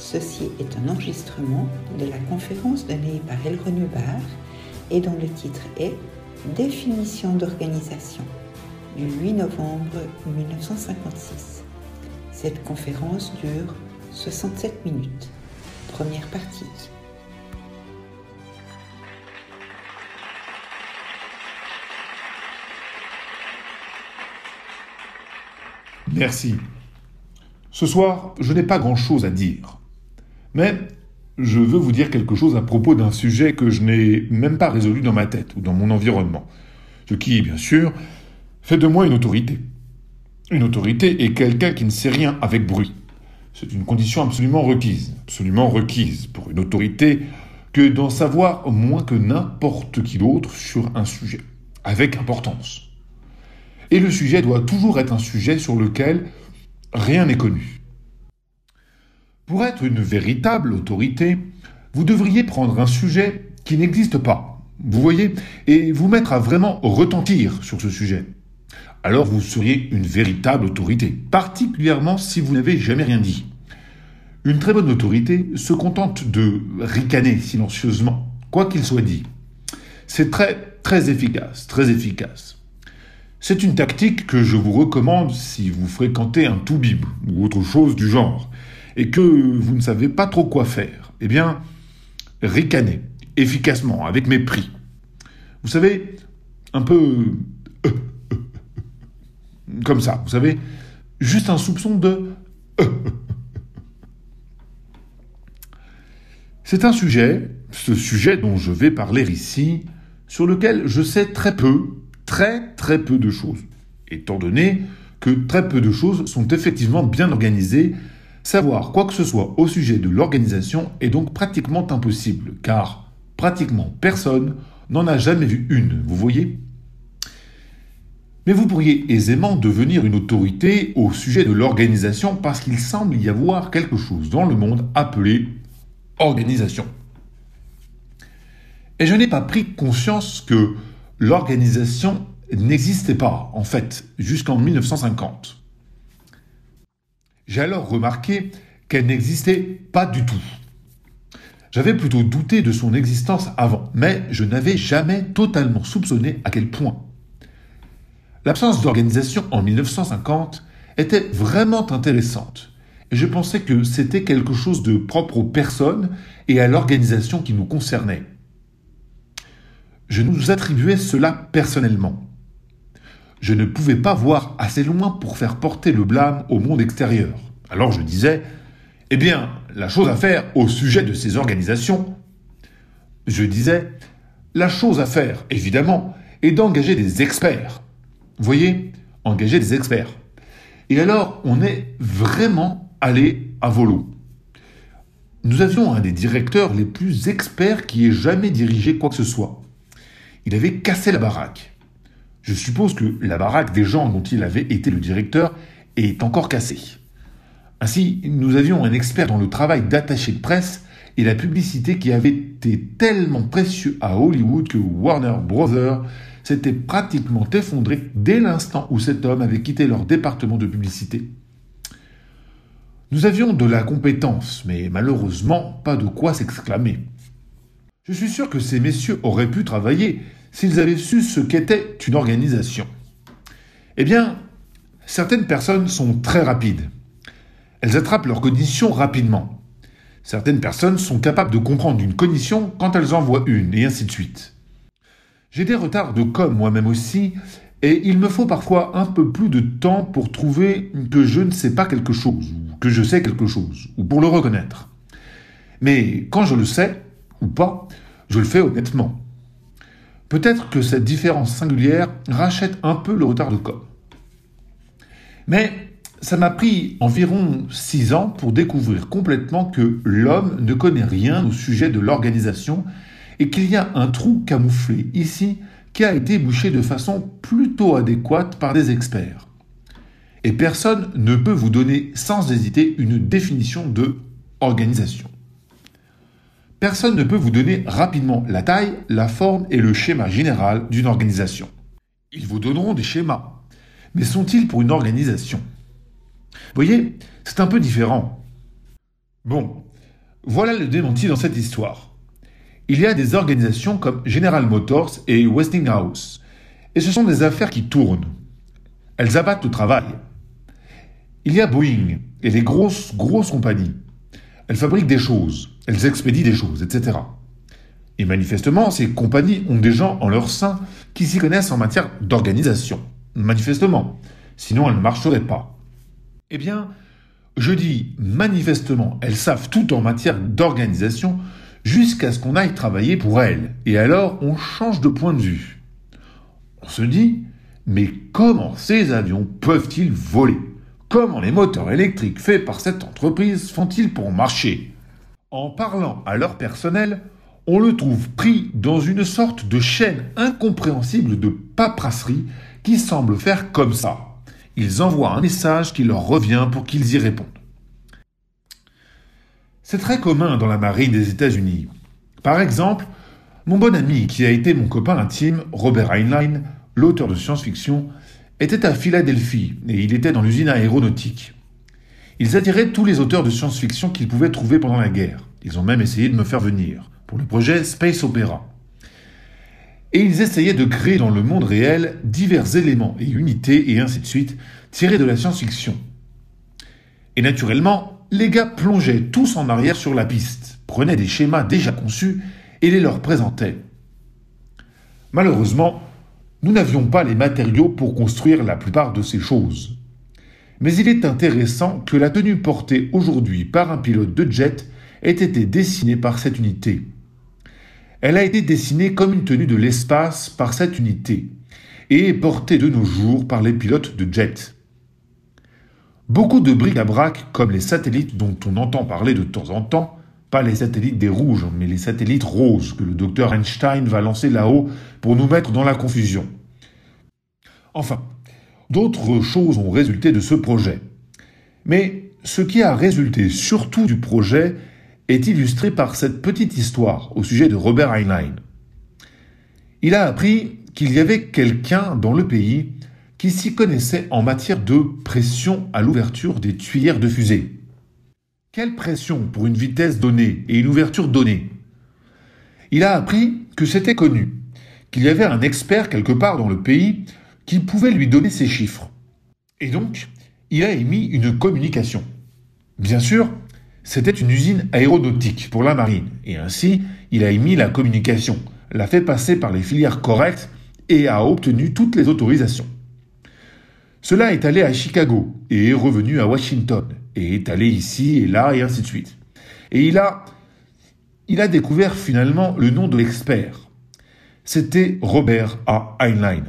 Ceci est un enregistrement de la conférence donnée par Elron Hubbard et dont le titre est « Définition d'organisation » du 8 novembre 1956. Cette conférence dure 67 minutes. Première partie. Merci. Ce soir, je n'ai pas grand-chose à dire. Mais je veux vous dire quelque chose à propos d'un sujet que je n'ai même pas résolu dans ma tête ou dans mon environnement. Ce qui, bien sûr, fait de moi une autorité. Une autorité est quelqu'un qui ne sait rien avec bruit. C'est une condition absolument requise pour une autorité que d'en savoir moins que n'importe qui d'autre sur un sujet, avec importance. Et le sujet doit toujours être un sujet sur lequel rien n'est connu. Pour être une véritable autorité, vous devriez prendre un sujet qui n'existe pas, vous voyez, et vous mettre à vraiment retentir sur ce sujet. Alors vous seriez une véritable autorité, particulièrement si vous n'avez jamais rien dit. Une très bonne autorité se contente de ricaner silencieusement, quoi qu'il soit dit. C'est très efficace. C'est une tactique que je vous recommande si vous fréquentez un toubib ou autre chose du genre, et que vous ne savez pas trop quoi faire. Eh bien, ricanez, efficacement, avec mépris. Vous savez, un peu... comme ça, vous savez, juste un soupçon de... C'est un sujet, ce sujet dont je vais parler ici, sur lequel je sais très peu de choses. Étant donné que très peu de choses sont effectivement bien organisées, savoir quoi que ce soit au sujet de l'organisation est donc pratiquement impossible, car pratiquement personne n'en a jamais vu une, vous voyez ? Mais vous pourriez aisément devenir une autorité au sujet de l'organisation parce qu'il semble y avoir quelque chose dans le monde appelé organisation. Et je n'ai pas pris conscience que l'organisation n'existait pas, en fait, jusqu'en 1950. J'ai alors remarqué qu'elle n'existait pas du tout. J'avais plutôt douté de son existence avant, mais je n'avais jamais totalement soupçonné à quel point. L'absence d'organisation en 1950 était vraiment intéressante, et je pensais que c'était quelque chose de propre aux personnes et à l'organisation qui nous concernait. Je nous attribuais cela personnellement. Je ne pouvais pas voir assez loin pour faire porter le blâme au monde extérieur. Alors je disais, eh bien, la chose à faire au sujet de ces organisations, évidemment, est d'engager des experts. Vous voyez, engager des experts. Et alors, on est vraiment allé à volo. Nous avions un des directeurs les plus experts qui ait jamais dirigé quoi que ce soit. Il avait cassé la baraque. Je suppose que la baraque des gens dont il avait été le directeur est encore cassée. Ainsi, nous avions un expert dans le travail d'attaché de presse et la publicité qui avait été tellement précieux à Hollywood que Warner Brothers s'était pratiquement effondré dès l'instant où cet homme avait quitté leur département de publicité. Nous avions de la compétence, mais malheureusement pas de quoi s'exclamer. Je suis sûr que ces messieurs auraient pu travailler s'ils avaient su ce qu'était une organisation. Eh bien, certaines personnes sont très rapides. Elles attrapent leur cognition rapidement. Certaines personnes sont capables de comprendre une cognition quand elles en voient une, et ainsi de suite. J'ai des retards de com moi-même aussi, et il me faut parfois un peu plus de temps pour trouver que je ne sais pas quelque chose, ou que je sais quelque chose, ou pour le reconnaître. Mais quand je le sais, ou pas, je le fais honnêtement. Peut-être que cette différence singulière rachète un peu le retard de com. Mais ça m'a pris environ 6 ans pour découvrir complètement que l'homme ne connaît rien au sujet de l'organisation et qu'il y a un trou camouflé ici qui a été bouché de façon plutôt adéquate par des experts. Et personne ne peut vous donner sans hésiter une définition de organisation. Personne ne peut vous donner rapidement la taille, la forme et le schéma général d'une organisation. Ils vous donneront des schémas, mais sont-ils pour une organisation ? Vous voyez, c'est un peu différent. Bon, Voilà le démenti dans cette histoire. Il y a des organisations comme General Motors et Westinghouse, et ce sont des affaires qui tournent. Elles abattent le travail. Il y a Boeing et les grosses compagnies. Elles fabriquent des choses, elles expédient des choses, etc. Et manifestement, ces compagnies ont des gens en leur sein qui s'y connaissent en matière d'organisation. Manifestement. Sinon, elles ne marcheraient pas. Eh bien, je dis manifestement, elles savent tout en matière d'organisation jusqu'à ce qu'on aille travailler pour elles. Et alors, on change de point de vue. On se dit, mais comment ces avions peuvent-ils voler ? Comment les moteurs électriques faits par cette entreprise font-ils pour marcher ? En parlant à leur personnel, on le trouve pris dans une sorte de chaîne incompréhensible de paperasserie qui semble faire comme ça. Ils envoient un message qui leur revient pour qu'ils y répondent. C'est très commun dans la marine des États-Unis. Par exemple, mon bon ami qui a été mon copain intime, Robert Heinlein, l'auteur de science-fiction, était à Philadelphie et il était dans l'usine aéronautique. Ils attiraient tous les auteurs de science-fiction qu'ils pouvaient trouver pendant la guerre. Ils ont même essayé de me faire venir pour le projet Space Opera. Et ils essayaient de créer dans le monde réel divers éléments et unités et ainsi de suite, tirés de la science-fiction. Et naturellement, les gars plongeaient tous en arrière sur la piste, prenaient des schémas déjà conçus et les leur présentaient. Malheureusement, nous n'avions pas les matériaux pour construire la plupart de ces choses. Mais il est intéressant que la tenue portée aujourd'hui par un pilote de jet ait été dessinée par cette unité. Elle a été dessinée comme une tenue de l'espace par cette unité et est portée de nos jours par les pilotes de jet. Beaucoup de bric-à-brac, comme les satellites dont on entend parler de temps en temps, pas les satellites des rouges, mais les satellites roses que le docteur Einstein va lancer là-haut pour nous mettre dans la confusion. Enfin, d'autres choses ont résulté de ce projet. Mais ce qui a résulté surtout du projet est illustré par cette petite histoire au sujet de Robert Heinlein. Il a appris qu'il y avait quelqu'un dans le pays qui s'y connaissait en matière de pression à l'ouverture des tuyères de fusée. Quelle pression pour une vitesse donnée et une ouverture donnée ? Il a appris que c'était connu, qu'il y avait un expert quelque part dans le pays qui pouvait lui donner ces chiffres. Et donc, il a émis une communication. Bien sûr, c'était une usine aéronautique pour la marine, et ainsi, il a émis la communication, l'a fait passer par les filières correctes et a obtenu toutes les autorisations. Cela est allé à Chicago et est revenu à Washington, et est allé ici et là, et ainsi de suite. Et il a découvert finalement le nom de l'expert. C'était Robert A. Heinlein.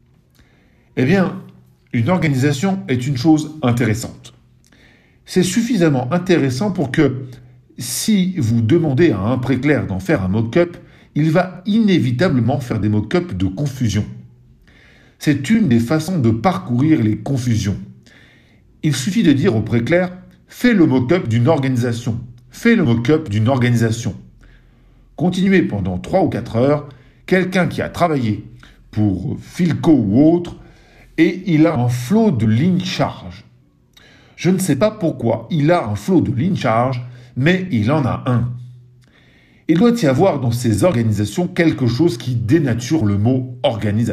Eh bien, une organisation est une chose intéressante. C'est suffisamment intéressant pour que, si vous demandez à un préclair d'en faire un mock-up, il va inévitablement faire des mock-ups de confusion. C'est une des façons de parcourir les confusions. Il suffit de dire au préclair « fais le mock-up d'une organisation »,« fais le mock-up d'une organisation ». Continuez pendant 3 ou 4 heures, quelqu'un qui a travaillé pour Philco ou autre, et il a un flot de lignes charge. Je ne sais pas pourquoi il a un flot de lignes charge, mais il en a un. Il doit y avoir dans ces organisations quelque chose qui dénature le mot « organisation ».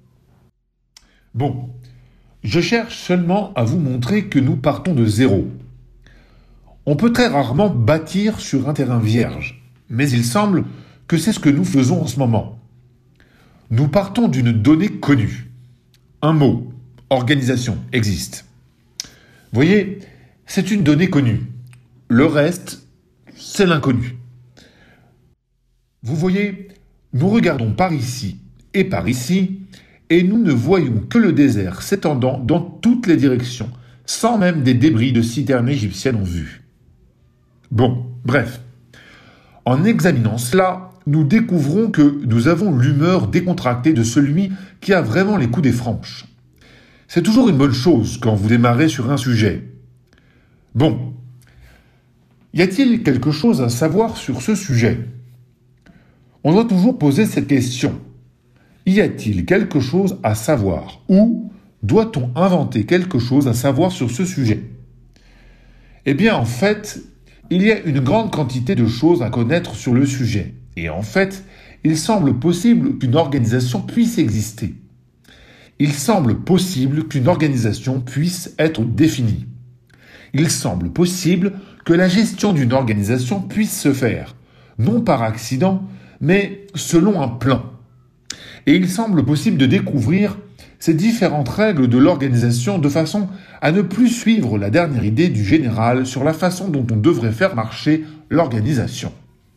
Bon, je cherche seulement à vous montrer que nous partons de zéro. On peut très rarement bâtir sur un terrain vierge, mais il semble que c'est ce que nous faisons en ce moment. Nous partons d'une donnée connue. Un mot, organisation, existe. Vous voyez, c'est une donnée connue. Le reste, c'est l'inconnu. Vous voyez, nous regardons par ici, et nous ne voyons que le désert s'étendant dans toutes les directions, sans même des débris de citernes égyptiennes en vue. Bon, bref. En examinant cela, nous découvrons que nous avons l'humeur décontractée de celui qui a vraiment les coudées franches. C'est toujours une bonne chose quand vous démarrez sur un sujet. Bon, y a-t-il quelque chose à savoir sur ce sujet ? On doit toujours poser cette question. Y a-t-il quelque chose à savoir ? Ou doit-on inventer quelque chose à savoir sur ce sujet ? Eh bien, en fait, il y a une grande quantité de choses à connaître sur le sujet. Et en fait, il semble possible qu'une organisation puisse exister. Il semble possible qu'une organisation puisse être définie. Il semble possible que la gestion d'une organisation puisse se faire, non par accident, mais selon un plan. Et il semble possible de découvrir ces différentes règles de l'organisation de façon à ne plus suivre la dernière idée du général sur la façon dont on devrait faire marcher l'organisation.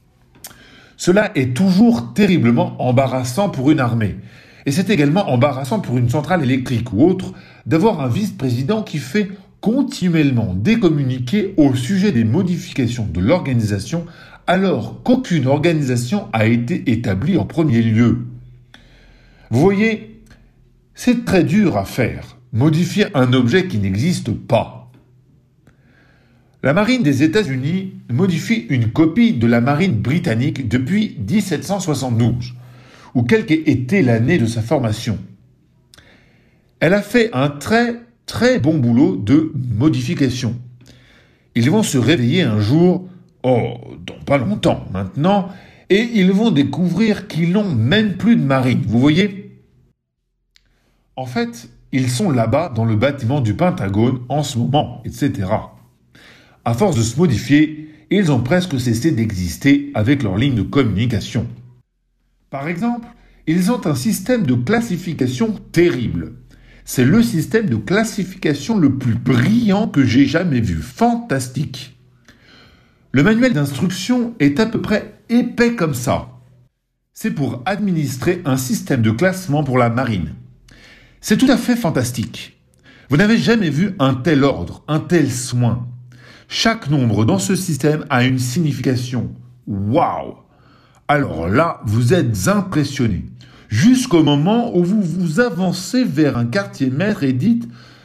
Cela est toujours terriblement embarrassant pour une armée. Et c'est également embarrassant pour une centrale électrique ou autre d'avoir un vice-président qui fait continuellement décommuniquer au sujet des modifications de l'organisation alors qu'aucune organisation a été établie en premier lieu. Vous voyez, c'est très dur à faire, modifier un objet qui n'existe pas. La marine des États-Unis modifie une copie de la marine britannique depuis 1772, ou quelle qu'ait été l'année de sa formation. Elle a fait un très bon boulot de modification. Ils vont se réveiller un jour, dans pas longtemps maintenant, et ils vont découvrir qu'ils n'ont même plus de marine, vous voyez ? En fait, ils sont là-bas dans le bâtiment du Pentagone en ce moment, etc. À force de se modifier, ils ont presque cessé d'exister avec leur ligne de communication. Par exemple, ils ont un système de classification terrible. C'est le système de classification le plus brillant que j'ai jamais vu. Fantastique. Le manuel d'instruction est à peu près épais comme ça. C'est pour administrer un système de classement pour la marine. C'est tout à fait fantastique. Vous n'avez jamais vu un tel ordre, un tel soin. Chaque nombre dans ce système a une signification. Waouh! Alors là, vous êtes impressionné. Jusqu'au moment où vous vous avancez vers un quartier maître et dites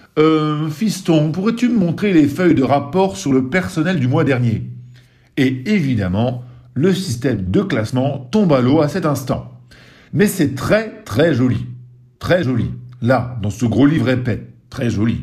« Fiston, pourrais-tu me montrer les feuilles de rapport sur le personnel du mois dernier ?» Et évidemment, le système de classement tombe à l'eau à cet instant. Mais c'est très joli. Très joli. Là, dans ce gros livre épais. Très joli.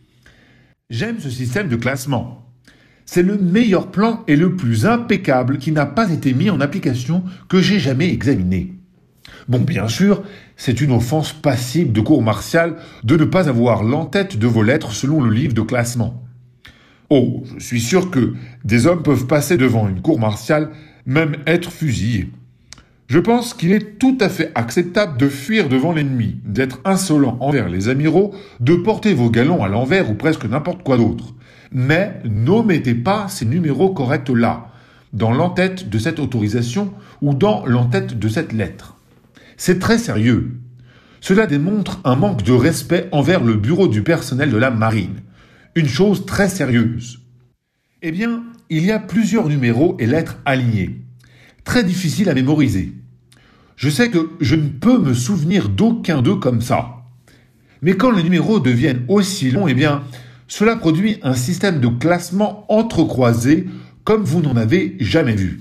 J'aime ce système de classement. C'est le meilleur plan et le plus impeccable qui n'a pas été mis en application que j'ai jamais examiné. Bon, bien sûr, c'est une offense passible de cour martiale de ne pas avoir l'entête de vos lettres selon le livre de classement. Oh, je suis sûr que des hommes peuvent passer devant une cour martiale, même être fusillés. Je pense qu'il est tout à fait acceptable de fuir devant l'ennemi, d'être insolent envers les amiraux, de porter vos galons à l'envers ou presque n'importe quoi d'autre. Mais n'omettez pas ces numéros corrects-là, dans l'entête de cette autorisation ou dans l'entête de cette lettre. C'est très sérieux. Cela démontre un manque de respect envers le bureau du personnel de la marine. Une chose très sérieuse. Eh bien, il y a plusieurs numéros et lettres alignés. Très difficile à mémoriser. Je sais que je ne peux me souvenir d'aucun d'eux comme ça. Mais quand les numéros deviennent aussi longs, eh bien, cela produit un système de classement entrecroisé comme vous n'en avez jamais vu.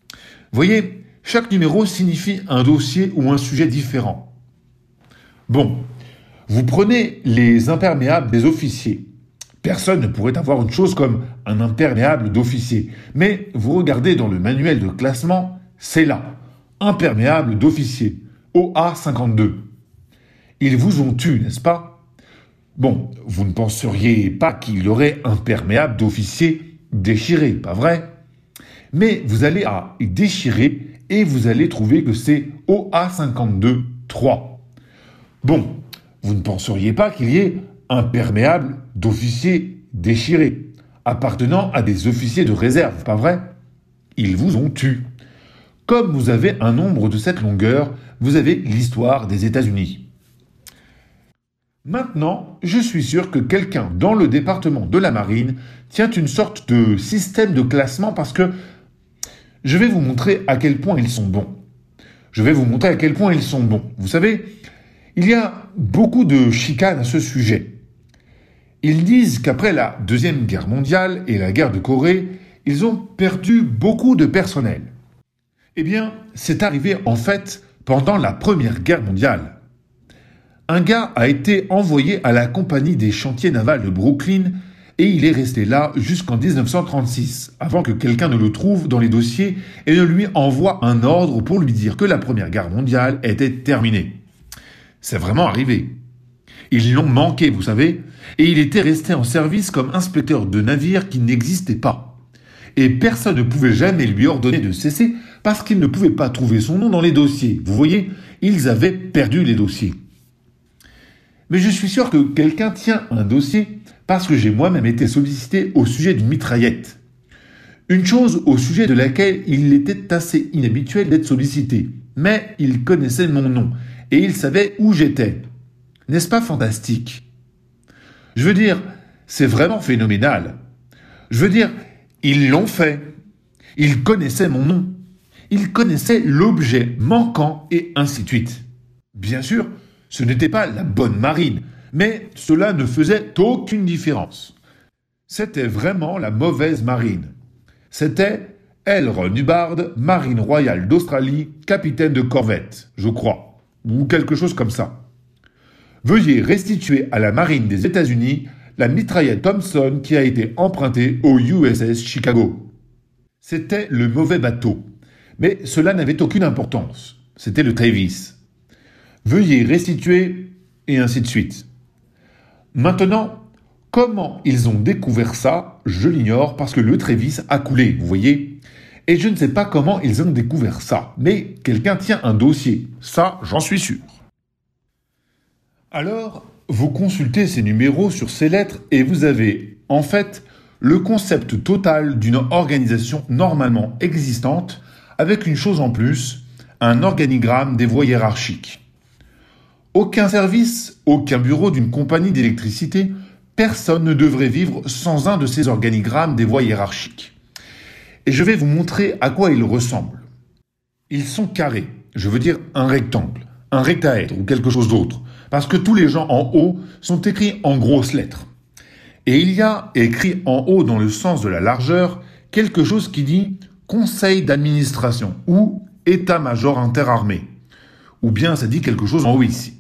Voyez, chaque numéro signifie un dossier ou un sujet différent. Bon, vous prenez les imperméables des officiers. Personne ne pourrait avoir une chose comme un imperméable d'officier. Mais vous regardez dans le manuel de classement, c'est là. Imperméable d'officier. OA52. Ils vous ont tu, n'est-ce pas? Bon, vous ne penseriez pas qu'il y aurait imperméable d'officier déchiré, pas vrai? Mais vous allez à déchirer et vous allez trouver que c'est OA52-3. Bon, vous ne penseriez pas qu'il y ait imperméable d'officiers déchirés, appartenant à des officiers de réserve, pas vrai? Ils vous ont tu. Comme vous avez un nombre de cette longueur, vous avez l'histoire des États-Unis. Maintenant, je suis sûr que quelqu'un dans le département de la marine tient une sorte de système de classement parce que je vais vous montrer à quel point ils sont bons. Vous savez, il y a beaucoup de chicanes à ce sujet. Ils disent qu'après la Deuxième Guerre mondiale et la guerre de Corée, ils ont perdu beaucoup de personnel. Eh bien, c'est arrivé en fait pendant la Première Guerre mondiale. Un gars a été envoyé à la compagnie des chantiers navals de Brooklyn Et il est resté là jusqu'en 1936, avant que quelqu'un ne le trouve dans les dossiers et ne lui envoie un ordre pour lui dire que la Première Guerre mondiale était terminée. C'est vraiment arrivé. Ils l'ont manqué, vous savez, et il était resté en service comme inspecteur de navire qui n'existait pas. Et personne ne pouvait jamais lui ordonner de cesser parce qu'il ne pouvait pas trouver son nom dans les dossiers. Vous voyez, ils avaient perdu les dossiers. Mais je suis sûr que quelqu'un tient un dossier parce que j'ai moi-même été sollicité au sujet d'une mitraillette. Une chose au sujet de laquelle il était assez inhabituel d'être sollicité. Mais il connaissait mon nom et il savait où j'étais. N'est-ce pas fantastique? Je veux dire, c'est vraiment phénoménal. Je veux dire, ils l'ont fait. Ils connaissaient mon nom. Ils connaissaient l'objet manquant et ainsi de suite. Bien sûr, ce n'était pas la bonne marine, mais cela ne faisait aucune différence. C'était vraiment la mauvaise marine. C'était L. Ron Hubbard, marine royale d'Australie, capitaine de corvette, je crois, ou quelque chose comme ça. Veuillez restituer à la marine des États-Unis la mitraillette Thompson qui a été empruntée au USS Chicago. C'était le mauvais bateau, mais cela n'avait aucune importance. C'était le Travis. Veuillez restituer, et ainsi de suite. Maintenant, comment ils ont découvert ça, je l'ignore parce que le Travis a coulé, vous voyez. Et je ne sais pas comment ils ont découvert ça, mais quelqu'un tient un dossier, ça j'en suis sûr. Alors, vous consultez ces numéros sur ces lettres et vous avez, en fait, le concept total d'une organisation normalement existante avec une chose en plus, un organigramme des voies hiérarchiques. Aucun service, aucun bureau d'une compagnie d'électricité, personne ne devrait vivre sans un de ces organigrammes des voies hiérarchiques. Et je vais vous montrer à quoi ils ressemblent. Ils sont carrés, je veux dire un rectangle, un rectaèdre ou quelque chose d'autre, parce que tous les gens en haut sont écrits en grosses lettres. Et il y a écrit en haut dans le sens de la largeur quelque chose qui dit « Conseil d'administration » ou « État-major interarmé » ou bien ça dit quelque chose en haut ici.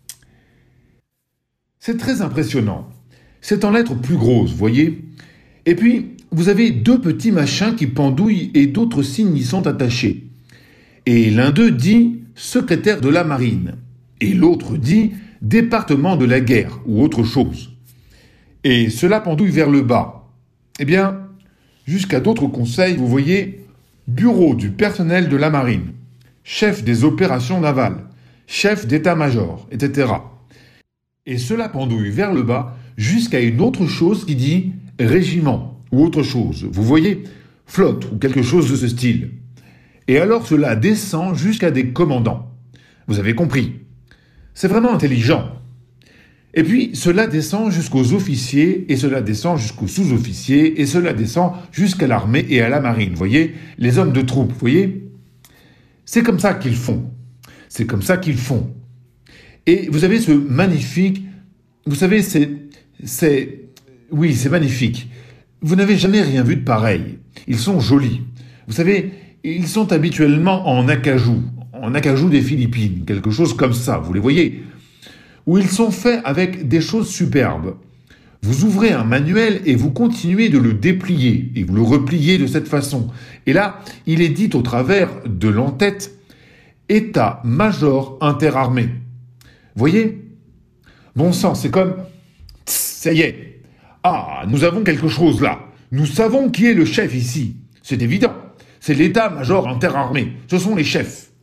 C'est très impressionnant. C'est en lettres plus grosses, voyez. Et puis, vous avez deux petits machins qui pendouillent et d'autres signes y sont attachés. Et l'un d'eux dit « secrétaire de la marine » et l'autre dit « département de la guerre » ou autre chose. Et cela pendouille vers le bas. Eh bien, jusqu'à d'autres conseils, vous voyez « bureau du personnel de la marine », chef des opérations navales, chef d'état-major, etc. Et cela pendouille vers le bas jusqu'à une autre chose qui dit régiment ou autre chose. Vous voyez, flotte ou quelque chose de ce style. Et alors cela descend jusqu'à des commandants. Vous avez compris. C'est vraiment intelligent. Et puis cela descend jusqu'aux officiers et cela descend jusqu'aux sous-officiers et cela descend jusqu'à l'armée et à la marine. Vous voyez, les hommes de troupe, vous voyez. C'est comme ça qu'ils font. C'est comme ça qu'ils font. Et vous avez ce magnifique... Vous savez, oui, c'est magnifique. Vous n'avez jamais rien vu de pareil. Ils sont jolis. Vous savez, ils sont habituellement en acajou des Philippines, quelque chose comme ça, vous les voyez, où ils sont faits avec des choses superbes. Vous ouvrez un manuel et vous continuez de le déplier, et vous le repliez de cette façon. Et là, il est dit au travers de l'entête, État-major interarmé. Voyez? Bon sang, c'est comme... Ça y est. Ah, nous avons quelque chose là. Nous savons qui est le chef ici. C'est évident. C'est l'état-major interarmé. Ce sont les chefs.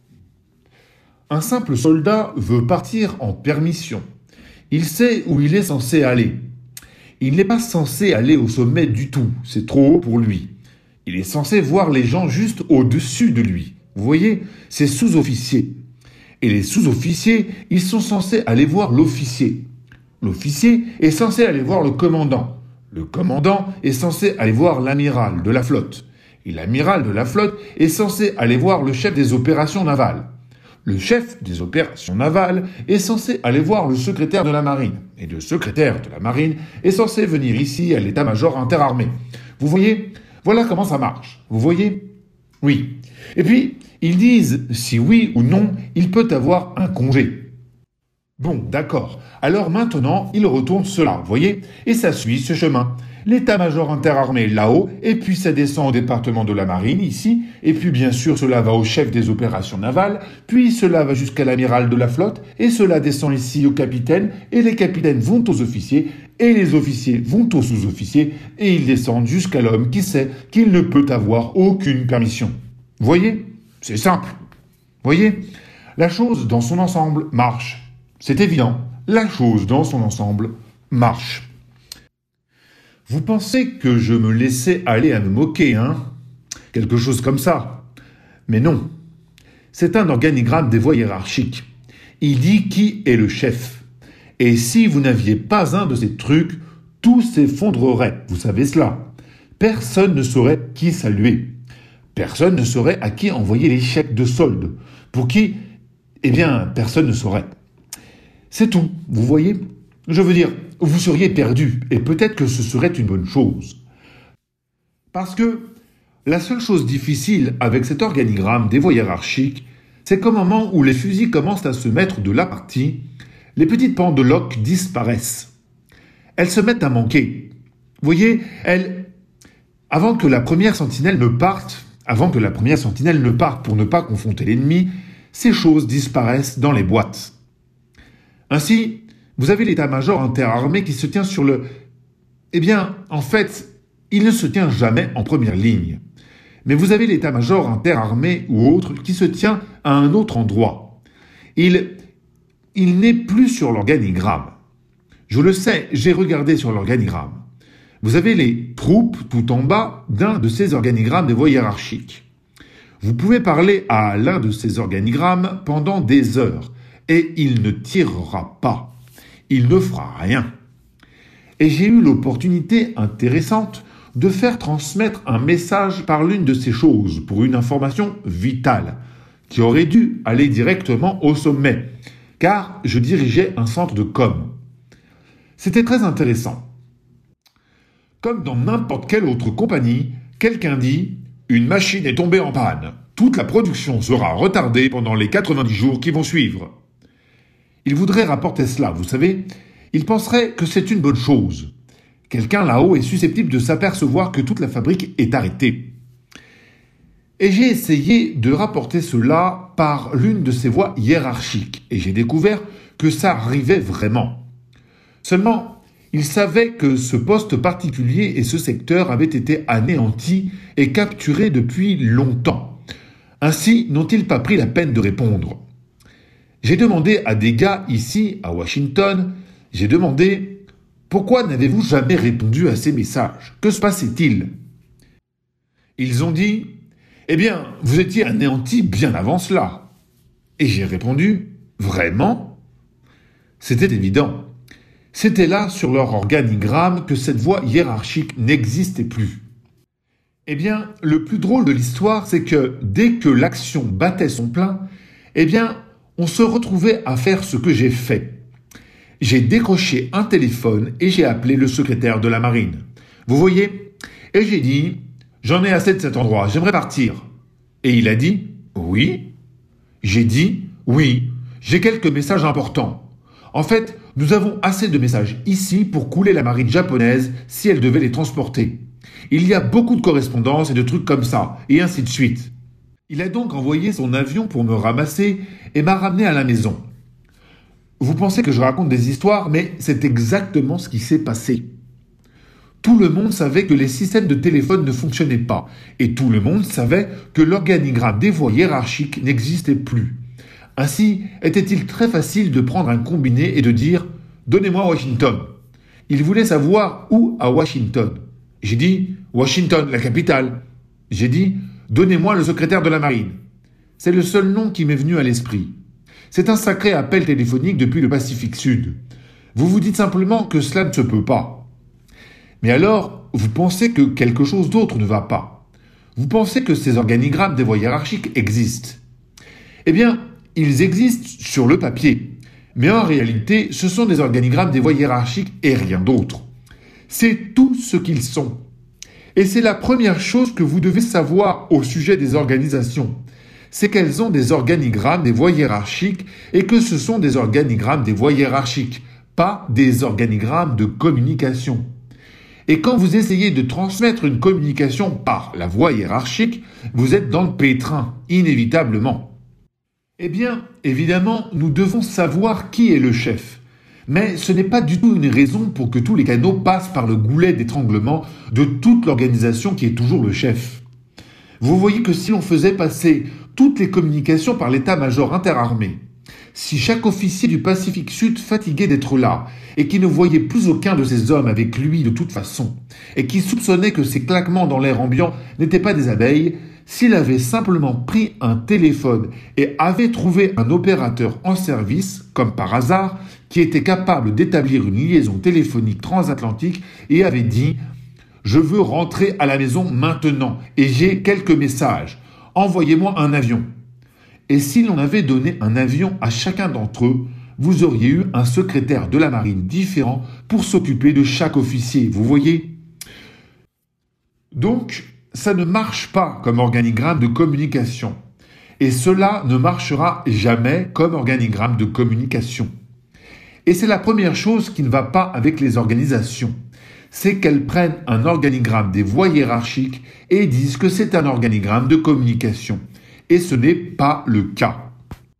Un simple soldat veut partir en permission. Il sait où il est censé aller. Il n'est pas censé aller au sommet du tout. C'est trop haut pour lui. Il est censé voir les gens juste au-dessus de lui. Vous voyez? C'est sous-officier. Et les sous-officiers, ils sont censés aller voir l'officier. L'officier est censé aller voir le commandant. Le commandant est censé aller voir l'amiral de la flotte. Et l'amiral de la flotte est censé aller voir le chef des opérations navales. Le chef des opérations navales est censé aller voir le secrétaire de la marine. Et le secrétaire de la marine est censé venir ici à l'état-major interarmé. Vous voyez? Voilà comment ça marche. Vous voyez? Oui. Et puis, ils disent si oui ou non il peut avoir un congé. Bon, d'accord. Alors maintenant, il retourne cela, vous voyez, et ça suit ce chemin. L'état-major interarmé là-haut, et puis ça descend au département de la marine, ici, et puis bien sûr cela va au chef des opérations navales, puis cela va jusqu'à l'amiral de la flotte, et cela descend ici au capitaine, et les capitaines vont aux officiers, et les officiers vont aux sous-officiers, et ils descendent jusqu'à l'homme qui sait qu'il ne peut avoir aucune permission. Vous voyez? C'est simple. Vous voyez? La chose dans son ensemble marche. C'est évident, la chose dans son ensemble marche. Vous pensez que je me laissais aller à me moquer, hein? Quelque chose comme ça. Mais non. C'est un organigramme des voies hiérarchiques. Il dit qui est le chef. Et si vous n'aviez pas un de ces trucs, tout s'effondrerait. Vous savez cela. Personne ne saurait qui saluer. Personne ne saurait à qui envoyer les chèques de solde. Pour qui? Eh bien, personne ne saurait. C'est tout, vous voyez? Je veux dire, vous seriez perdu, et peut-être que ce serait une bonne chose. Parce que la seule chose difficile avec cet organigramme des voies hiérarchiques, c'est qu'au moment où les fusils commencent à se mettre de la partie, les petites pendeloques disparaissent. Elles se mettent à manquer. Vous voyez, avant que la première sentinelle ne parte pour ne pas confronter l'ennemi, ces choses disparaissent dans les boîtes. Ainsi, vous avez l'état-major interarmé qui se tient sur le... Eh bien, en fait, il ne se tient jamais en première ligne. Mais vous avez l'état-major interarmé ou autre qui se tient à un autre endroit. Il n'est plus sur l'organigramme. Je le sais, j'ai regardé sur l'organigramme. Vous avez les troupes tout en bas d'un de ces organigrammes des voies hiérarchiques. Vous pouvez parler à l'un de ces organigrammes pendant des heures. Et il ne tirera pas. Il ne fera rien. Et j'ai eu l'opportunité intéressante de faire transmettre un message par l'une de ces choses pour une information vitale, qui aurait dû aller directement au sommet, car je dirigeais un centre de com. C'était très intéressant. Comme dans n'importe quelle autre compagnie, quelqu'un dit « Une machine est tombée en panne. Toute la production sera retardée pendant les 90 jours qui vont suivre. » Il voudrait rapporter cela, vous savez. Il penserait que c'est une bonne chose. Quelqu'un là-haut est susceptible de s'apercevoir que toute la fabrique est arrêtée. Et j'ai essayé de rapporter cela par l'une de ces voies hiérarchiques, et j'ai découvert que ça arrivait vraiment. Seulement, il savait que ce poste particulier et ce secteur avaient été anéantis et capturés depuis longtemps. Ainsi n'ont-ils pas pris la peine de répondre. J'ai demandé à des gars ici, à Washington, pourquoi n'avez-vous jamais répondu à ces messages? Que se passait-il? Ils ont dit, eh bien, vous étiez anéantis bien avant cela. Et j'ai répondu, vraiment? C'était évident. C'était là, sur leur organigramme, que cette voie hiérarchique n'existait plus. Eh bien, le plus drôle de l'histoire, c'est que dès que l'action battait son plein, eh bien, on se retrouvait à faire ce que j'ai fait. J'ai décroché un téléphone et j'ai appelé le secrétaire de la marine. Vous voyez? Et j'ai dit, j'en ai assez de cet endroit, j'aimerais partir. Et il a dit, oui. J'ai dit, oui, j'ai quelques messages importants. En fait, nous avons assez de messages ici pour couler la marine japonaise si elle devait les transporter. Il y a beaucoup de correspondances et de trucs comme ça, et ainsi de suite. Il a donc envoyé son avion pour me ramasser et m'a ramené à la maison. Vous pensez que je raconte des histoires, mais c'est exactement ce qui s'est passé. Tout le monde savait que les systèmes de téléphone ne fonctionnaient pas, et tout le monde savait que l'organigramme des voies hiérarchiques n'existait plus. Ainsi, était-il très facile de prendre un combiné et de dire « Donnez-moi Washington ». Il voulait savoir où à Washington. J'ai dit « Washington, la capitale ». J'ai dit « Donnez-moi le secrétaire de la marine ». C'est le seul nom qui m'est venu à l'esprit. C'est un sacré appel téléphonique depuis le Pacifique Sud. Vous vous dites simplement que cela ne se peut pas. Mais alors, vous pensez que quelque chose d'autre ne va pas. Vous pensez que ces organigrammes des voies hiérarchiques existent. Eh bien, ils existent sur le papier. Mais en réalité, ce sont des organigrammes des voies hiérarchiques et rien d'autre. C'est tout ce qu'ils sont. Et c'est la première chose que vous devez savoir au sujet des organisations. c'est qu'elles ont des organigrammes des voies hiérarchiques et que ce sont des organigrammes des voies hiérarchiques, pas des organigrammes de communication. Et quand vous essayez de transmettre une communication par la voie hiérarchique, vous êtes dans le pétrin, inévitablement. Eh bien, évidemment, nous devons savoir qui est le chef. Mais ce n'est pas du tout une raison pour que tous les canaux passent par le goulet d'étranglement de toute l'organisation qui est toujours le chef. Vous voyez que si l'on faisait passer toutes les communications par l'état-major interarmé, si chaque officier du Pacifique Sud fatigué d'être là, et qui ne voyait plus aucun de ses hommes avec lui de toute façon, et qui soupçonnait que ces claquements dans l'air ambiant n'étaient pas des abeilles, s'il avait simplement pris un téléphone et avait trouvé un opérateur en service, comme par hasard, qui était capable d'établir une liaison téléphonique transatlantique et avait dit « Je veux rentrer à la maison maintenant et j'ai quelques messages. Envoyez-moi un avion. » Et si l'on avait donné un avion à chacun d'entre eux, vous auriez eu un secrétaire de la marine différent pour s'occuper de chaque officier, vous voyez ? Donc, ça ne marche pas comme organigramme de communication. Et cela ne marchera jamais comme organigramme de communication. Et c'est la première chose qui ne va pas avec les organisations. C'est qu'elles prennent un organigramme des voies hiérarchiques et disent que c'est un organigramme de communication. Et ce n'est pas le cas.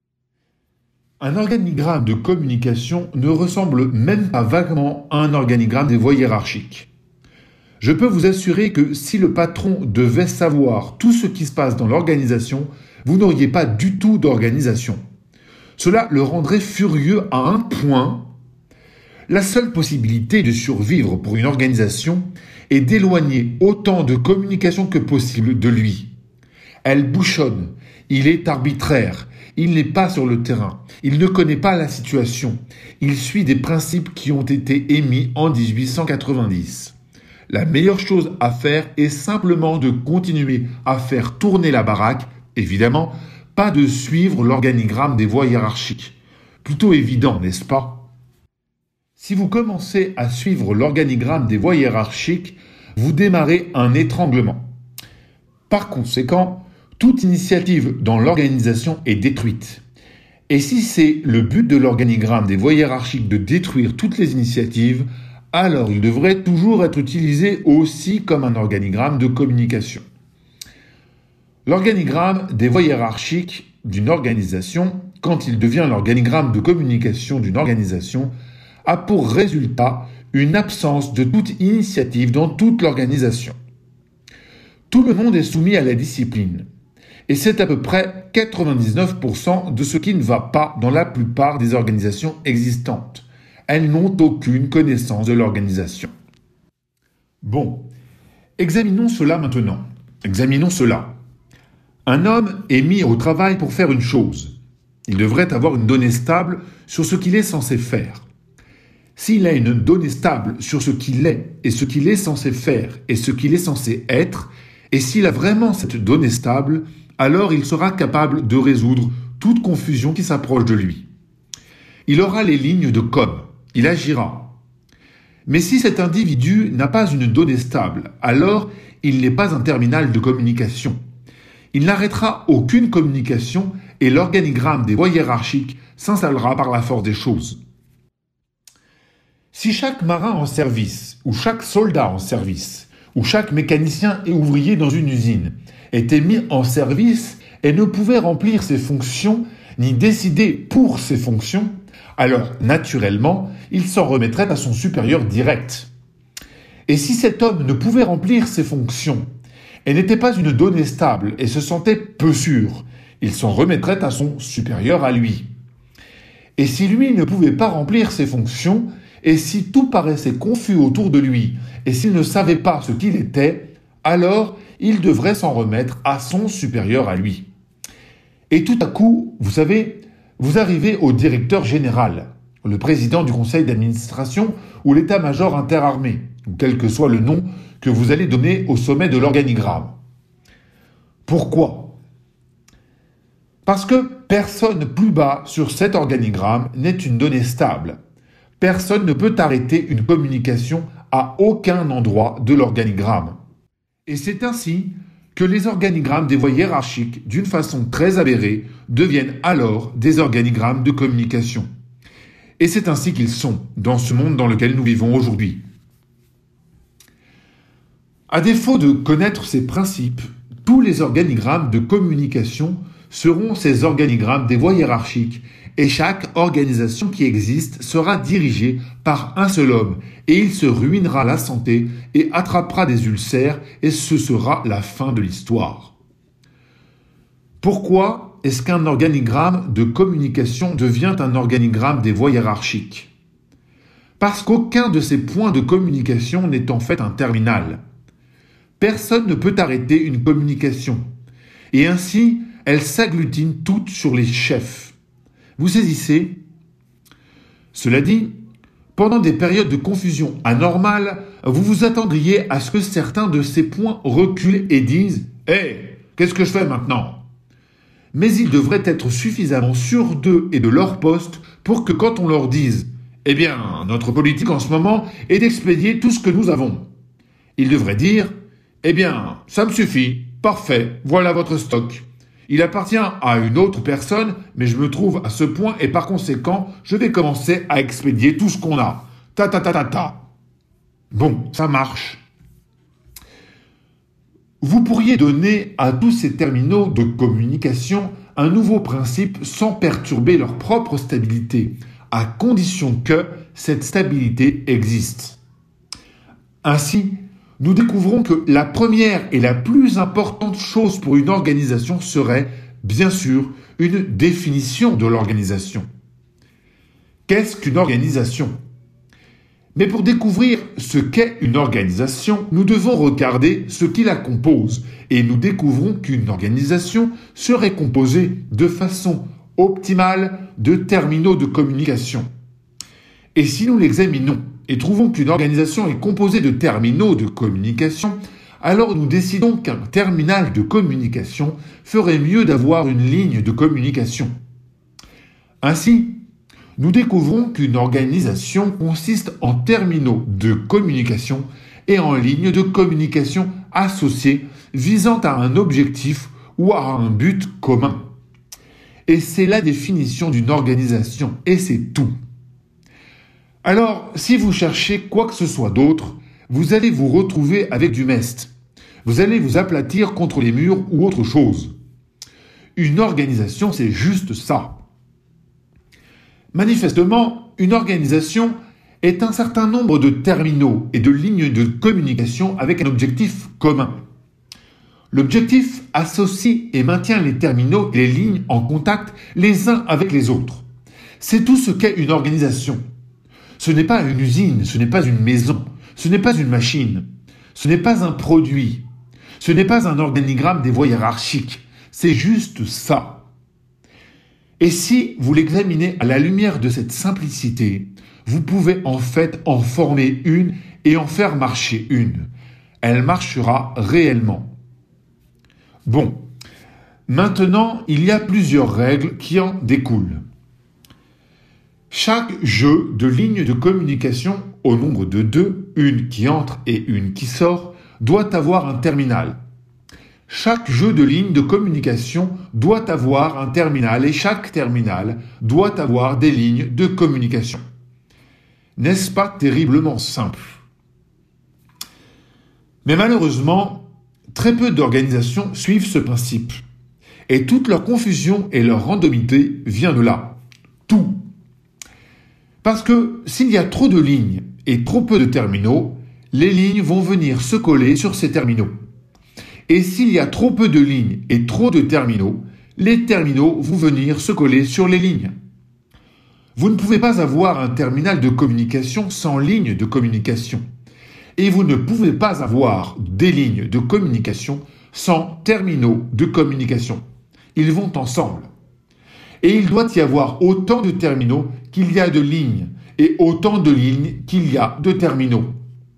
Un organigramme de communication ne ressemble même pas vaguement à un organigramme des voies hiérarchiques. Je peux vous assurer que si le patron devait savoir tout ce qui se passe dans l'organisation, vous n'auriez pas du tout d'organisation. Cela le rendrait furieux à un point. La seule possibilité de survivre pour une organisation est d'éloigner autant de communication que possible de lui. Elle bouchonne, il est arbitraire, il n'est pas sur le terrain, il ne connaît pas la situation, il suit des principes qui ont été émis en 1890. La meilleure chose à faire est simplement de continuer à faire tourner la baraque, évidemment, pas de suivre l'organigramme des voies hiérarchiques. Plutôt évident, n'est-ce pas ? Si vous commencez à suivre l'organigramme des voies hiérarchiques, vous démarrez un étranglement. Par conséquent, toute initiative dans l'organisation est détruite. Et si c'est le but de l'organigramme des voies hiérarchiques de détruire toutes les initiatives, alors il devrait toujours être utilisé aussi comme un organigramme de communication. L'organigramme des voies hiérarchiques d'une organisation, quand il devient l'organigramme de communication d'une organisation, a pour résultat une absence de toute initiative dans toute l'organisation. Tout le monde est soumis à la discipline. Et c'est à peu près 99% de ce qui ne va pas dans la plupart des organisations existantes. Elles n'ont aucune connaissance de l'organisation. Bon, examinons cela maintenant. Examinons cela. Un homme est mis au travail pour faire une chose. Il devrait avoir une donnée stable sur ce qu'il est censé faire. S'il a une donnée stable sur ce qu'il est et ce qu'il est censé faire et ce qu'il est censé être, et s'il a vraiment cette donnée stable, alors il sera capable de résoudre toute confusion qui s'approche de lui. Il aura les lignes de com, il agira. Mais si cet individu n'a pas une donnée stable, alors il n'est pas un terminal de communication. Il n'arrêtera aucune communication et l'organigramme des voies hiérarchiques s'installera par la force des choses. Si chaque marin en service, ou chaque soldat en service, ou chaque mécanicien et ouvrier dans une usine était mis en service et ne pouvait remplir ses fonctions ni décider pour ses fonctions, alors naturellement, il s'en remettrait à son supérieur direct. Et si cet homme ne pouvait remplir ses fonctions et n'était pas une donnée stable et se sentait peu sûr, il s'en remettrait à son supérieur à lui. Et si lui ne pouvait pas remplir ses fonctions, et si tout paraissait confus autour de lui, et s'il ne savait pas ce qu'il était, alors il devrait s'en remettre à son supérieur à lui. Et tout à coup, vous savez, vous arrivez au directeur général, le président du conseil d'administration ou l'état-major interarmé, ou quel que soit le nom que vous allez donner au sommet de l'organigramme. Pourquoi ? Parce que personne plus bas sur cet organigramme n'est une donnée stable. Personne ne peut arrêter une communication à aucun endroit de l'organigramme. Et c'est ainsi que les organigrammes des voies hiérarchiques, d'une façon très avérée, deviennent alors des organigrammes de communication. Et c'est ainsi qu'ils sont dans ce monde dans lequel nous vivons aujourd'hui. À défaut de connaître ces principes, tous les organigrammes de communication seront ces organigrammes des voies hiérarchiques et chaque organisation qui existe sera dirigée par un seul homme et il se ruinera la santé et attrapera des ulcères et ce sera la fin de l'histoire. Pourquoi est-ce qu'un organigramme de communication devient un organigramme des voies hiérarchiques ? Parce qu'aucun de ces points de communication n'est en fait un terminal. Personne ne peut arrêter une communication et ainsi elles s'agglutinent toutes sur les chefs. Vous saisissez ? Cela dit, pendant des périodes de confusion anormale, vous vous attendriez à ce que certains de ces points reculent et disent « Hé, qu'est-ce que je fais maintenant ?» Mais ils devraient être suffisamment sûrs d'eux et de leur poste pour que quand on leur dise « Eh bien, notre politique en ce moment est d'expédier tout ce que nous avons », ils devraient dire « Eh bien, ça me suffit, parfait, voilà votre stock. Il appartient à une autre personne, mais je me trouve à ce point et par conséquent, je vais commencer à expédier tout ce qu'on a. Ta ta ta ta ta. » Bon, ça marche. Vous pourriez donner à tous ces terminaux de communication un nouveau principe sans perturber leur propre stabilité, à condition que cette stabilité existe. Ainsi, nous découvrons que la première et la plus importante chose pour une organisation serait, bien sûr, une définition de l'organisation. Qu'est-ce qu'une organisation ? Mais pour découvrir ce qu'est une organisation, nous devons regarder ce qui la compose et nous découvrons qu'une organisation serait composée de façon optimale de terminaux de communication. Et si nous l'examinons et trouvons qu'une organisation est composée de terminaux de communication, alors nous décidons qu'un terminal de communication ferait mieux d'avoir une ligne de communication. Ainsi, nous découvrons qu'une organisation consiste en terminaux de communication et en lignes de communication associées visant à un objectif ou à un but commun. Et c'est la définition d'une organisation, et c'est tout. Alors, si vous cherchez quoi que ce soit d'autre, vous allez vous retrouver avec du mest. Vous allez vous aplatir contre les murs ou autre chose. Une organisation, c'est juste ça. Manifestement, une organisation est un certain nombre de terminaux et de lignes de communication avec un objectif commun. L'objectif associe et maintient les terminaux et les lignes en contact les uns avec les autres. C'est tout ce qu'est une organisation. Ce n'est pas une usine, ce n'est pas une maison, ce n'est pas une machine, ce n'est pas un produit, ce n'est pas un organigramme des voies hiérarchiques, c'est juste ça. Et si vous l'examinez à la lumière de cette simplicité, vous pouvez en fait en former une et en faire marcher une. Elle marchera réellement. Bon, maintenant il y a plusieurs règles qui en découlent. Chaque jeu de lignes de communication au nombre de 2, une qui entre et une qui sort, doit avoir un terminal. Chaque jeu de lignes de communication doit avoir un terminal et chaque terminal doit avoir des lignes de communication. N'est-ce pas terriblement simple ? Mais malheureusement, très peu d'organisations suivent ce principe. Et toute leur confusion et leur randomité vient de là. Tout. Parce que s'il y a trop de lignes et trop peu de terminaux, les lignes vont venir se coller sur ces terminaux. Et s'il y a trop peu de lignes et trop de terminaux, les terminaux vont venir se coller sur les lignes. Vous ne pouvez pas avoir un terminal de communication sans ligne de communication. Et vous ne pouvez pas avoir des lignes de communication sans terminaux de communication. Ils vont ensemble. Et il doit y avoir autant de terminaux qu'il y a de lignes, et autant de lignes qu'il y a de terminaux.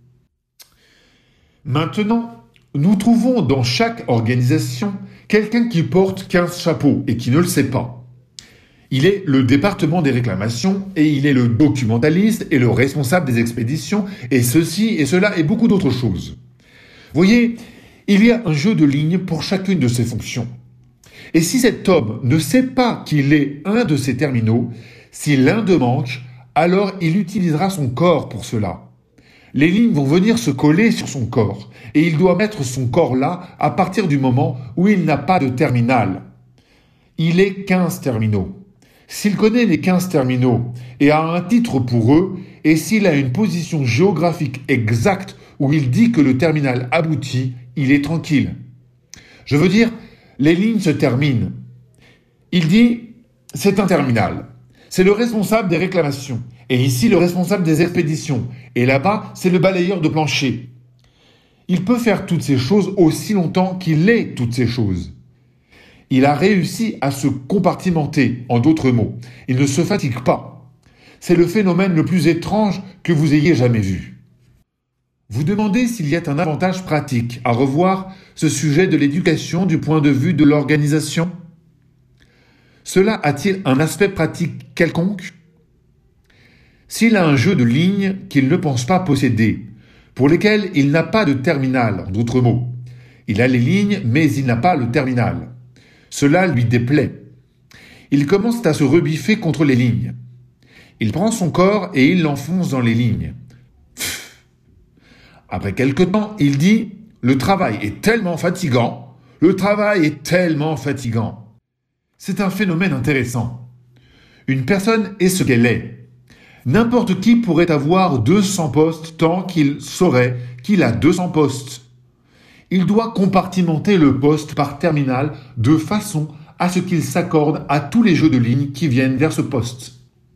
Maintenant, nous trouvons dans chaque organisation quelqu'un qui porte 15 chapeaux et qui ne le sait pas. Il est le département des réclamations et il est le documentaliste et le responsable des expéditions et ceci et cela et beaucoup d'autres choses. Vous voyez, Il y a un jeu de lignes pour chacune de ces fonctions. Et si cet homme ne sait pas qu'il est un de ces terminaux, si l'un d'eux manque, alors il utilisera son corps pour cela. Les lignes vont venir se coller sur son corps, et il doit mettre son corps là à partir du moment où il n'a pas de terminal. Il est 15 terminaux. S'il connaît les 15 terminaux et a un titre pour eux, et s'il a une position géographique exacte où il dit que le terminal aboutit, il est tranquille. Je veux dire, les lignes se terminent. Il dit, c'est un terminal. C'est le responsable des réclamations. Et ici, le responsable des expéditions. Et là-bas, c'est le balayeur de plancher. Il peut faire toutes ces choses aussi longtemps qu'il est toutes ces choses. Il a réussi à se compartimenter, en d'autres mots. Il ne se fatigue pas. C'est le phénomène le plus étrange que vous ayez jamais vu. Vous demandez s'il y a un avantage pratique à revoir ce sujet de l'éducation du point de vue de l'organisation? Cela a-t-il un aspect pratique quelconque? S'il a un jeu de lignes qu'il ne pense pas posséder, pour lesquelles il n'a pas de terminal, en d'autres mots, il a les lignes mais il n'a pas le terminal. Cela lui déplaît. Il commence à se rebiffer contre les lignes. Il prend son corps et il l'enfonce dans les lignes. Après quelque temps, il dit « Le travail est tellement fatigant, le travail est tellement fatigant ». C'est un phénomène intéressant. Une personne est ce qu'elle est. N'importe qui pourrait avoir 200 postes tant qu'il saurait qu'il a 200 postes. Il doit compartimenter le poste par terminal de façon à ce qu'il s'accorde à tous les jeux de lignes qui viennent vers ce poste.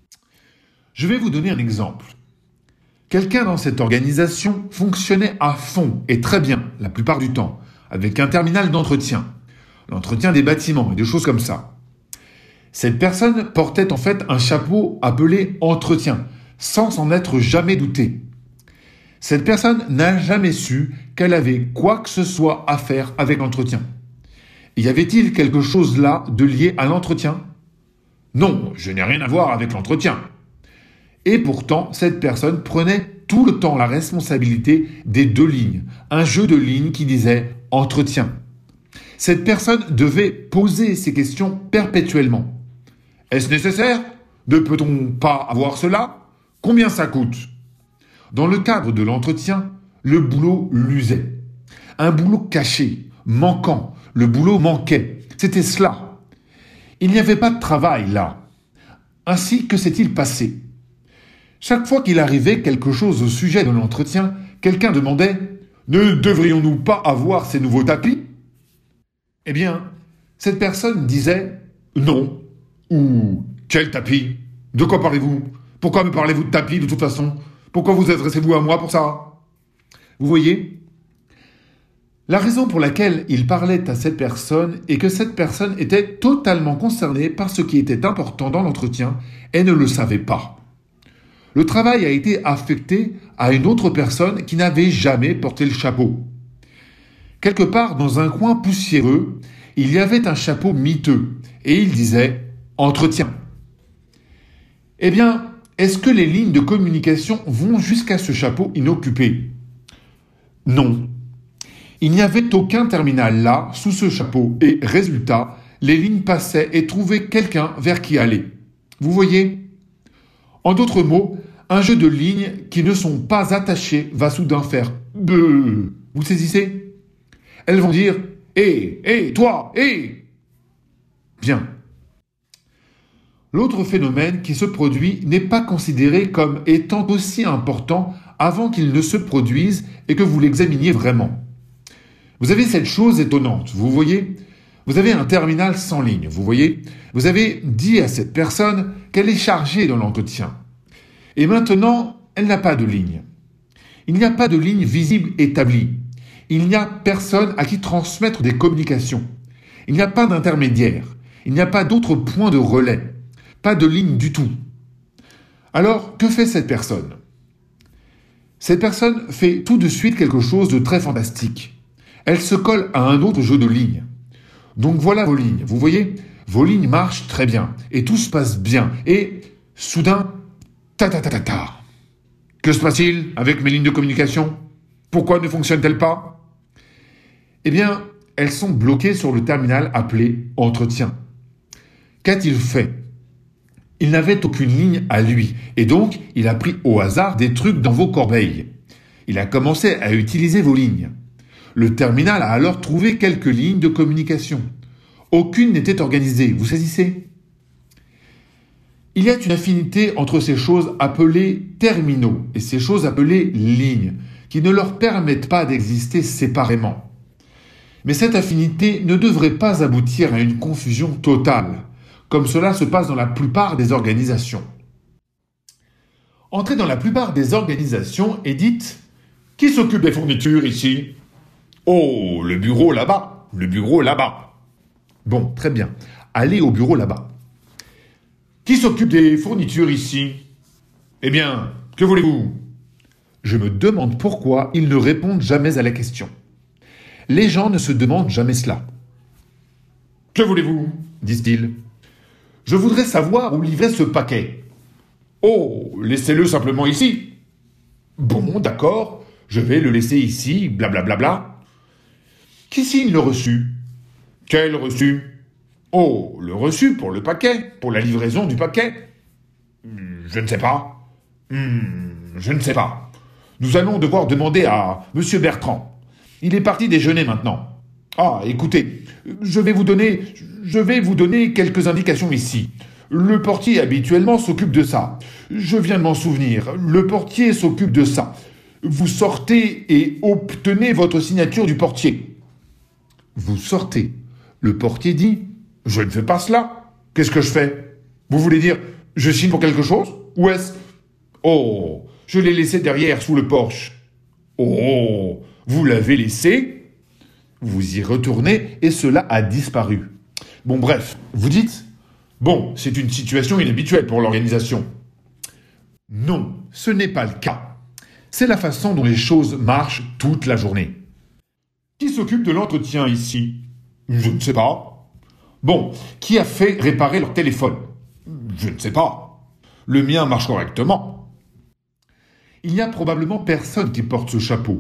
Je vais vous donner un exemple. Quelqu'un dans cette organisation fonctionnait à fond et très bien, la plupart du temps, avec un terminal d'entretien. L'entretien des bâtiments et des choses comme ça. Cette personne portait en fait un chapeau appelé entretien, sans s'en être jamais douté. Cette personne n'a jamais su qu'elle avait quoi que ce soit à faire avec l'entretien. Y avait-il quelque chose là de lié à l'entretien? Non, je n'ai rien à voir avec l'entretien. Et pourtant, cette personne prenait tout le temps la responsabilité des 2 lignes, un jeu de lignes qui disait « entretien ». Cette personne devait poser ces questions perpétuellement. Est-ce nécessaire? Ne peut-on pas avoir cela? Combien ça coûte? Dans le cadre de l'entretien, le boulot l'usait. Un boulot caché, manquant, le boulot manquait. C'était cela. Il n'y avait pas de travail là. Ainsi, que s'est-il passé? Chaque fois qu'il arrivait quelque chose au sujet de l'entretien, quelqu'un demandait « Ne devrions-nous pas avoir ces nouveaux tapis ?» Eh bien, cette personne disait « Non » ou « Quel tapis? De quoi parlez-vous? Pourquoi me parlez-vous de tapis de toute façon? Pourquoi vous adressez-vous à moi pour ça ?» Vous voyez? La raison pour laquelle il parlait à cette personne est que cette personne était totalement concernée par ce qui était important dans l'entretien et ne le savait pas. Le travail a été affecté à une autre personne qui n'avait jamais porté le chapeau. Quelque part dans un coin poussiéreux, il y avait un chapeau miteux et il disait « entretien ». Eh bien, est-ce que les lignes de communication vont jusqu'à ce chapeau inoccupé? Non. Il n'y avait aucun terminal là, sous ce chapeau, et résultat, les lignes passaient et trouvaient quelqu'un vers qui aller. Vous voyez? En d'autres mots, un jeu de lignes qui ne sont pas attachées va soudain faire « beuh ». Vous saisissez? Elles vont dire « hé, toi, hé !» Bien. L'autre phénomène qui se produit n'est pas considéré comme étant aussi important avant qu'il ne se produise et que vous l'examiniez vraiment. Vous avez cette chose étonnante, vous voyez? Vous avez un terminal sans ligne, vous voyez? Vous avez dit à cette personne qu'elle est chargée dans l'entretien. Et maintenant, elle n'a pas de ligne. Il n'y a pas de ligne visible établie. Il n'y a personne à qui transmettre des communications. Il n'y a pas d'intermédiaire. Il n'y a pas d'autre point de relais. Pas de ligne du tout. Alors, que fait cette personne? Cette personne fait tout de suite quelque chose de très fantastique. Elle se colle à un autre jeu de lignes. Donc voilà vos lignes. Vous voyez? Vos lignes marchent très bien. Et tout se passe bien. Et soudain, ta. Que se passe-t-il avec mes lignes de communication? Pourquoi ne fonctionnent-elles pas? Eh bien, elles sont bloquées sur le terminal appelé « Entretien ». Qu'a-t-il fait ? Il n'avait aucune ligne à lui, et donc il a pris au hasard des trucs dans vos corbeilles. Il a commencé à utiliser vos lignes. Le terminal a alors trouvé quelques lignes de communication. Aucune n'était organisée, vous saisissez ? Il y a une affinité entre ces choses appelées terminaux et ces choses appelées lignes, qui ne leur permettent pas d'exister séparément. Mais cette affinité ne devrait pas aboutir à une confusion totale, comme cela se passe dans la plupart des organisations. Entrez dans la plupart des organisations et dites « Qui s'occupe des fournitures ici ?»« Oh, le bureau là-bas, le bureau là-bas. » Bon, très bien. Allez au bureau là-bas. Qui s'occupe des fournitures ici ? Eh bien, que voulez-vous ? Je me demande pourquoi ils ne répondent jamais à la question. Les gens ne se demandent jamais cela. Que voulez-vous ? Disent-ils. Je voudrais savoir où livrer ce paquet. Oh, laissez-le simplement ici. Bon, d'accord, je vais le laisser ici, blablabla. Bla bla bla. Qui signe le reçu ? Quel reçu ? Oh, le reçu pour le paquet, pour la livraison du paquet. Je ne sais pas. Je ne sais pas. Nous allons devoir demander à Monsieur Bertrand. Il est parti déjeuner maintenant. Ah, écoutez, je vais vous donner quelques indications ici. Le portier habituellement s'occupe de ça. Je viens de m'en souvenir. Le portier s'occupe de ça. Vous sortez et obtenez votre signature du portier. Vous sortez. Le portier dit « Je ne fais pas cela. Qu'est-ce que je fais ? Vous voulez dire « Je signe pour quelque chose ? Où est-ce ? Oh, je l'ai laissé derrière sous le porche. Oh, vous l'avez laissé ? Vous y retournez et cela a disparu. Bon, bref, vous dites « Bon, c'est une situation inhabituelle pour l'organisation. » Non, ce n'est pas le cas. C'est la façon dont les choses marchent toute la journée. Qui s'occupe de l'entretien ici ? Je ne sais pas. Bon, qui a fait réparer leur téléphone ? Je ne sais pas. Le mien marche correctement. Il n'y a probablement personne qui porte ce chapeau.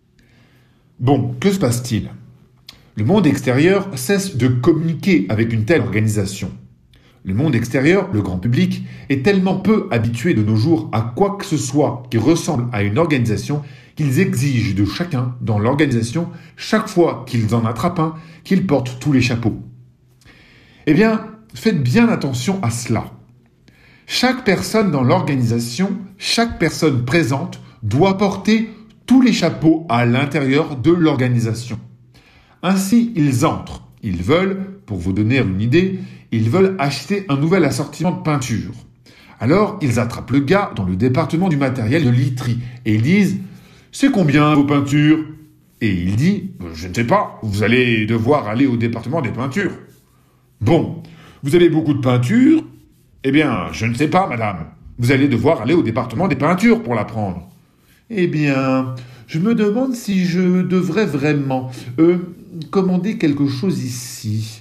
Bon, que se passe-t-il ? Le monde extérieur cesse de communiquer avec une telle organisation. Le monde extérieur, le grand public, est tellement peu habitué de nos jours à quoi que ce soit qui ressemble à une organisation qu'ils exigent de chacun dans l'organisation, chaque fois qu'ils en attrapent un, qu'il porte tous les chapeaux. Eh bien, faites bien attention à cela. Chaque personne dans l'organisation, chaque personne présente doit porter tous les chapeaux à l'intérieur de l'organisation. Ainsi, ils entrent. Ils veulent, pour vous donner une idée, ils veulent acheter un nouvel assortiment de peinture. Alors, ils attrapent le gars dans le département du matériel de literie et ils disent « C'est combien vos peintures ?» Et il dit « Je ne sais pas, vous allez devoir aller au département des peintures. » Bon, vous avez beaucoup de peintures ? Eh bien, je ne sais pas, madame. Vous allez devoir aller au département des peintures pour la prendre. Eh bien, je me demande si je devrais vraiment commander quelque chose ici.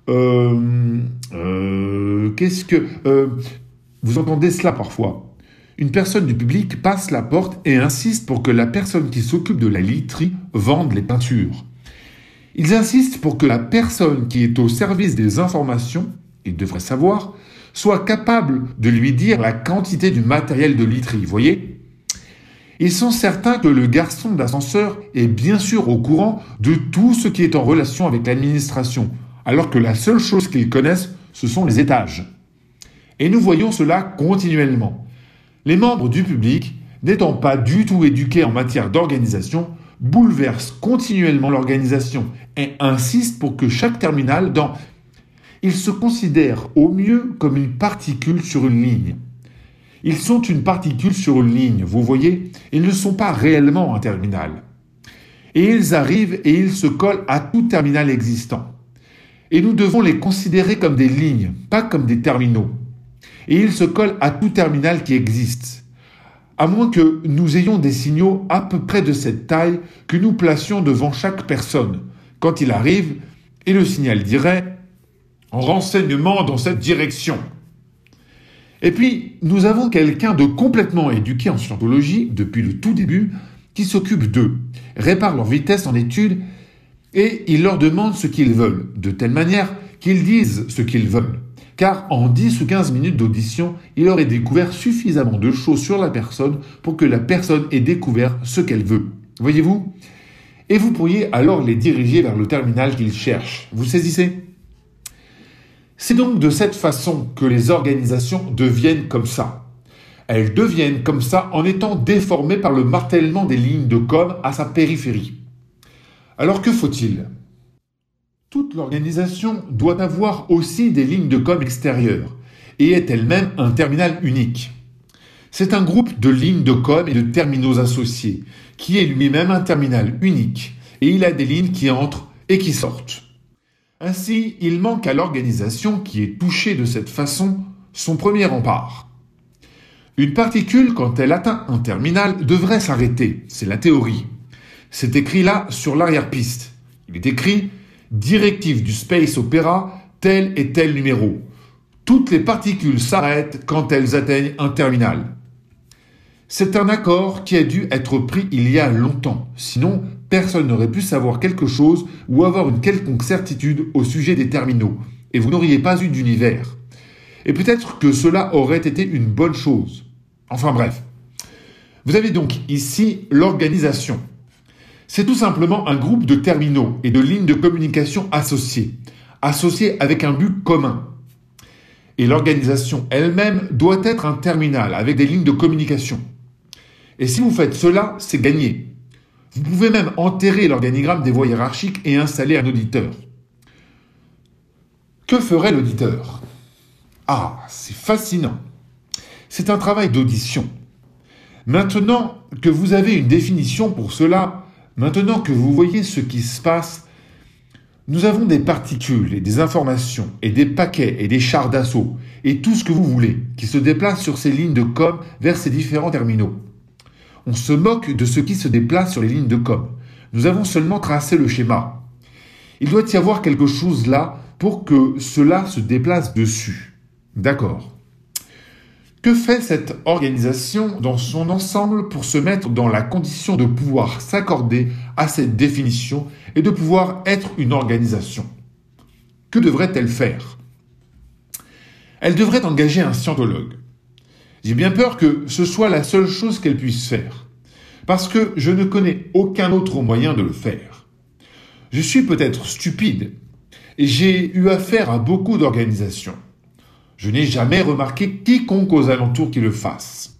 Qu'est-ce que... vous entendez cela parfois. Une personne du public passe la porte et insiste pour que la personne qui s'occupe de la literie vende les peintures. Ils insistent pour que la personne qui est au service des informations, il devrait savoir, soit capable de lui dire la quantité du matériel de literie, voyez ? Ils sont certains que le garçon d'ascenseur est bien sûr au courant de tout ce qui est en relation avec l'administration, alors que la seule chose qu'ils connaissent, ce sont les étages. Et nous voyons cela continuellement. Les membres du public, n'étant pas du tout éduqués en matière d'organisation, bouleversent continuellement l'organisation et insistent pour que chaque terminal Ils se considèrent au mieux comme une particule sur une ligne. Ils sont une particule sur une ligne, vous voyez, ils ne sont pas réellement un terminal. Et ils arrivent et ils se collent à tout terminal existant. Et nous devons les considérer comme des lignes, pas comme des terminaux. Et ils se collent à tout terminal qui existe. À moins que nous ayons des signaux à peu près de cette taille que nous placions devant chaque personne, quand il arrive, et le signal dirait « Renseignement dans cette direction ». Et puis, nous avons quelqu'un de complètement éduqué en scientologie, depuis le tout début, qui s'occupe d'eux, répare leur vitesse en études Et il leur demande ce qu'ils veulent, de telle manière qu'ils disent ce qu'ils veulent. Car en 10 ou 15 minutes d'audition, il aurait découvert suffisamment de choses sur la personne pour que la personne ait découvert ce qu'elle veut. Voyez-vous ? Et vous pourriez alors les diriger vers le terminal qu'ils cherchent. Vous saisissez ? C'est donc de cette façon que les organisations deviennent comme ça. Elles deviennent comme ça en étant déformées par le martèlement des lignes de com à sa périphérie. Alors que faut-il ? Toute l'organisation doit avoir aussi des lignes de com extérieures et est elle-même un terminal unique. C'est un groupe de lignes de com et de terminaux associés qui est lui-même un terminal unique et il a des lignes qui entrent et qui sortent. Ainsi, il manque à l'organisation qui est touchée de cette façon son premier rempart. Une particule, quand elle atteint un terminal, devrait s'arrêter. C'est la théorie. C'est écrit là sur l'arrière-piste. Il est écrit « Directive du Space Opera, tel et tel numéro ». Toutes les particules s'arrêtent quand elles atteignent un terminal. C'est un accord qui a dû être pris il y a longtemps. Sinon, personne n'aurait pu savoir quelque chose ou avoir une quelconque certitude au sujet des terminaux. Et vous n'auriez pas eu d'univers. Et peut-être que cela aurait été une bonne chose. Enfin bref. Vous avez donc ici l'organisation. C'est tout simplement un groupe de terminaux et de lignes de communication associés avec un but commun. Et l'organisation elle-même doit être un terminal avec des lignes de communication. Et si vous faites cela, c'est gagné. Vous pouvez même enterrer l'organigramme des voies hiérarchiques et installer un auditeur. Que ferait l'auditeur ? Ah, c'est fascinant. C'est un travail d'audition. Maintenant que vous avez une définition pour cela, maintenant que vous voyez ce qui se passe, nous avons des particules et des informations et des paquets et des chars d'assaut et tout ce que vous voulez qui se déplacent sur ces lignes de com vers ces différents terminaux. On se moque de ce qui se déplace sur les lignes de com. Nous avons seulement tracé le schéma. Il doit y avoir quelque chose là pour que cela se déplace dessus. D'accord. Que fait cette organisation dans son ensemble pour se mettre dans la condition de pouvoir s'accorder à cette définition et de pouvoir être une organisation ? Que devrait-elle faire ? Elle devrait engager un scientologue. J'ai bien peur que ce soit la seule chose qu'elle puisse faire, parce que je ne connais aucun autre moyen de le faire. Je suis peut-être stupide, et j'ai eu affaire à beaucoup d'organisations. Je n'ai jamais remarqué quiconque aux alentours qui le fasse.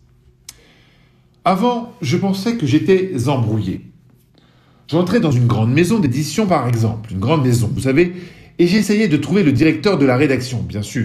Avant, je pensais que j'étais embrouillé. J'entrais dans une grande maison d'édition par exemple, une grande maison, vous savez, et j'essayais de trouver le directeur de la rédaction, bien sûr.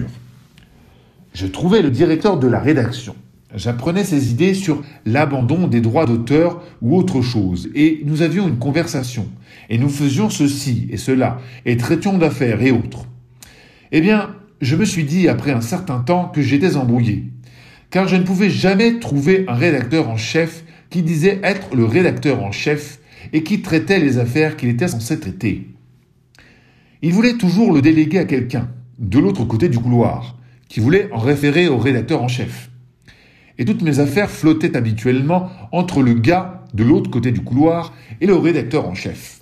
Je trouvais le directeur de la rédaction. J'apprenais ses idées sur l'abandon des droits d'auteur ou autre chose, et nous avions une conversation, et nous faisions ceci et cela, et traitions d'affaires et autres. Eh bien, je me suis dit après un certain temps que j'étais embrouillé, car je ne pouvais jamais trouver un rédacteur en chef qui disait être le rédacteur en chef et qui traitait les affaires qu'il était censé traiter. Il voulait toujours le déléguer à quelqu'un, de l'autre côté du couloir, qui voulait en référer au rédacteur en chef. Et toutes mes affaires flottaient habituellement entre le gars de l'autre côté du couloir et le rédacteur en chef.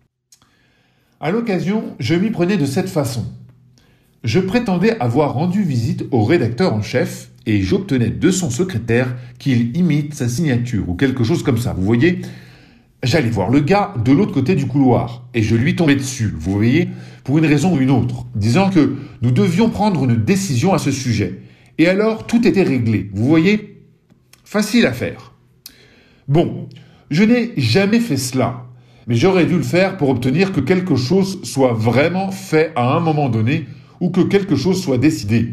À l'occasion, je m'y prenais de cette façon. Je prétendais avoir rendu visite au rédacteur en chef et j'obtenais de son secrétaire qu'il imite sa signature ou quelque chose comme ça, vous voyez ? J'allais voir le gars de l'autre côté du couloir et je lui tombais dessus, vous voyez, pour une raison ou une autre, disant que nous devions prendre une décision à ce sujet. Et alors, tout était réglé, vous voyez ? Facile à faire. Bon, je n'ai jamais fait cela, mais j'aurais dû le faire pour obtenir que quelque chose soit vraiment fait à un moment donné ou que quelque chose soit décidé.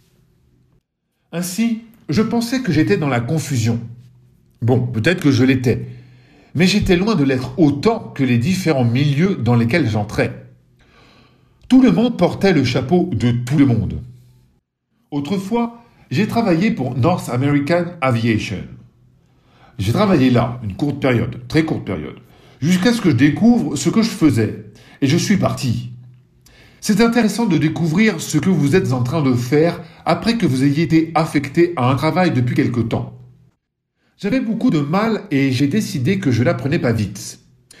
Ainsi, je pensais que j'étais dans la confusion. Bon, peut-être que je l'étais. Mais j'étais loin de l'être autant que les différents milieux dans lesquels j'entrais. Tout le monde portait le chapeau de tout le monde. Autrefois, j'ai travaillé pour North American Aviation. J'ai travaillé là, une courte période, très courte période, jusqu'à ce que je découvre ce que je faisais. Et je suis parti. C'est intéressant de découvrir ce que vous êtes en train de faire après que vous ayez été affecté à un travail depuis quelque temps. J'avais beaucoup de mal et j'ai décidé que je n'apprenais pas vite.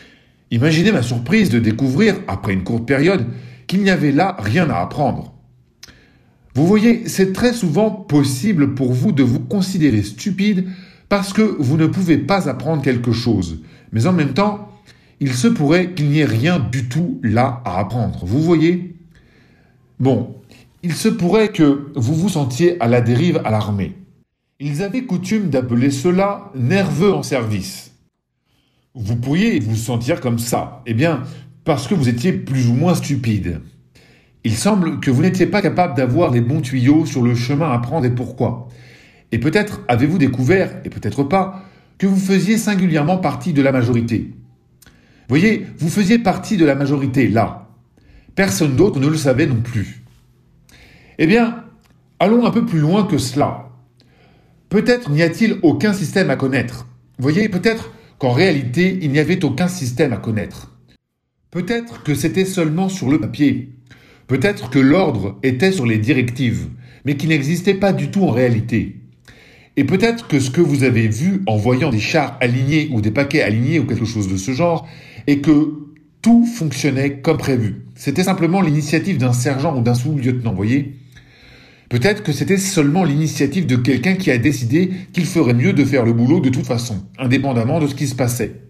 Imaginez ma surprise de découvrir, après une courte période, qu'il n'y avait là rien à apprendre. Vous voyez, c'est très souvent possible pour vous de vous considérer stupide parce que vous ne pouvez pas apprendre quelque chose. Mais en même temps, il se pourrait qu'il n'y ait rien du tout là à apprendre. Vous voyez ? Bon, il se pourrait que vous vous sentiez à la dérive à l'armée. Ils avaient coutume d'appeler cela « nerveux en service ». Vous pourriez vous sentir comme ça, eh bien, parce que vous étiez plus ou moins stupide. Il semble que vous n'étiez pas capable d'avoir les bons tuyaux sur le chemin à prendre et pourquoi. Et peut-être avez-vous découvert, et peut-être pas, que vous faisiez singulièrement partie de la majorité. Voyez, vous faisiez partie de la majorité, là. Personne d'autre ne le savait non plus. Eh bien, allons un peu plus loin que cela. Peut-être n'y a-t-il aucun système à connaître. Voyez, peut-être qu'en réalité, il n'y avait aucun système à connaître. Peut-être que c'était seulement sur le papier. Peut-être que l'ordre était sur les directives, mais qui n'existait pas du tout en réalité. Et peut-être que ce que vous avez vu en voyant des chars alignés ou des paquets alignés ou quelque chose de ce genre, est que tout fonctionnait comme prévu. C'était simplement l'initiative d'un sergent ou d'un sous-lieutenant, voyez ? Peut-être que c'était seulement l'initiative de quelqu'un qui a décidé qu'il ferait mieux de faire le boulot de toute façon, indépendamment de ce qui se passait.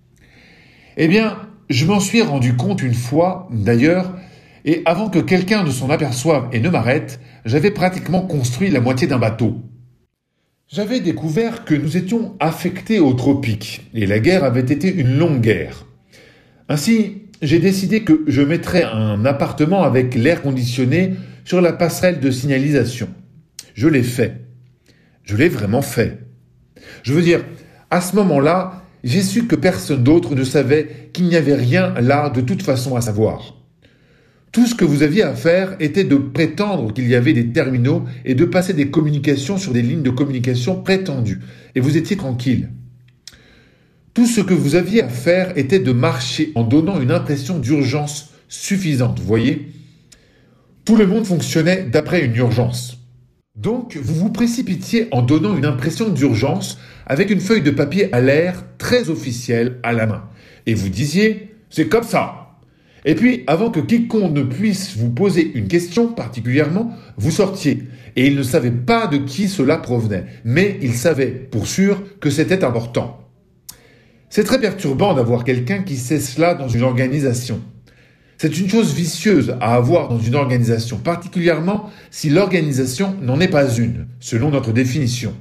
Eh bien, je m'en suis rendu compte une fois, d'ailleurs, et avant que quelqu'un ne s'en aperçoive et ne m'arrête, j'avais pratiquement construit la moitié d'un bateau. J'avais découvert que nous étions affectés aux tropiques, et la guerre avait été une longue guerre. Ainsi, j'ai décidé que je mettrais un appartement avec l'air conditionné sur la passerelle de signalisation. Je l'ai fait. Je l'ai vraiment fait. Je veux dire, à ce moment-là, j'ai su que personne d'autre ne savait qu'il n'y avait rien là de toute façon à savoir. Tout ce que vous aviez à faire était de prétendre qu'il y avait des terminaux et de passer des communications sur des lignes de communication prétendues. Et vous étiez tranquille. Tout ce que vous aviez à faire était de marcher en donnant une impression d'urgence suffisante, vous voyez ? Tout le monde fonctionnait d'après une urgence. Donc, vous vous précipitiez en donnant une impression d'urgence avec une feuille de papier à l'air très officielle à la main. Et vous disiez « c'est comme ça ». Et puis, avant que quiconque ne puisse vous poser une question particulièrement, vous sortiez. Et il ne savait pas de qui cela provenait, mais il savait, pour sûr, que c'était important. C'est très perturbant d'avoir quelqu'un qui sait cela dans une organisation. C'est une chose vicieuse à avoir dans une organisation, particulièrement si l'organisation n'en est pas une, selon notre définition.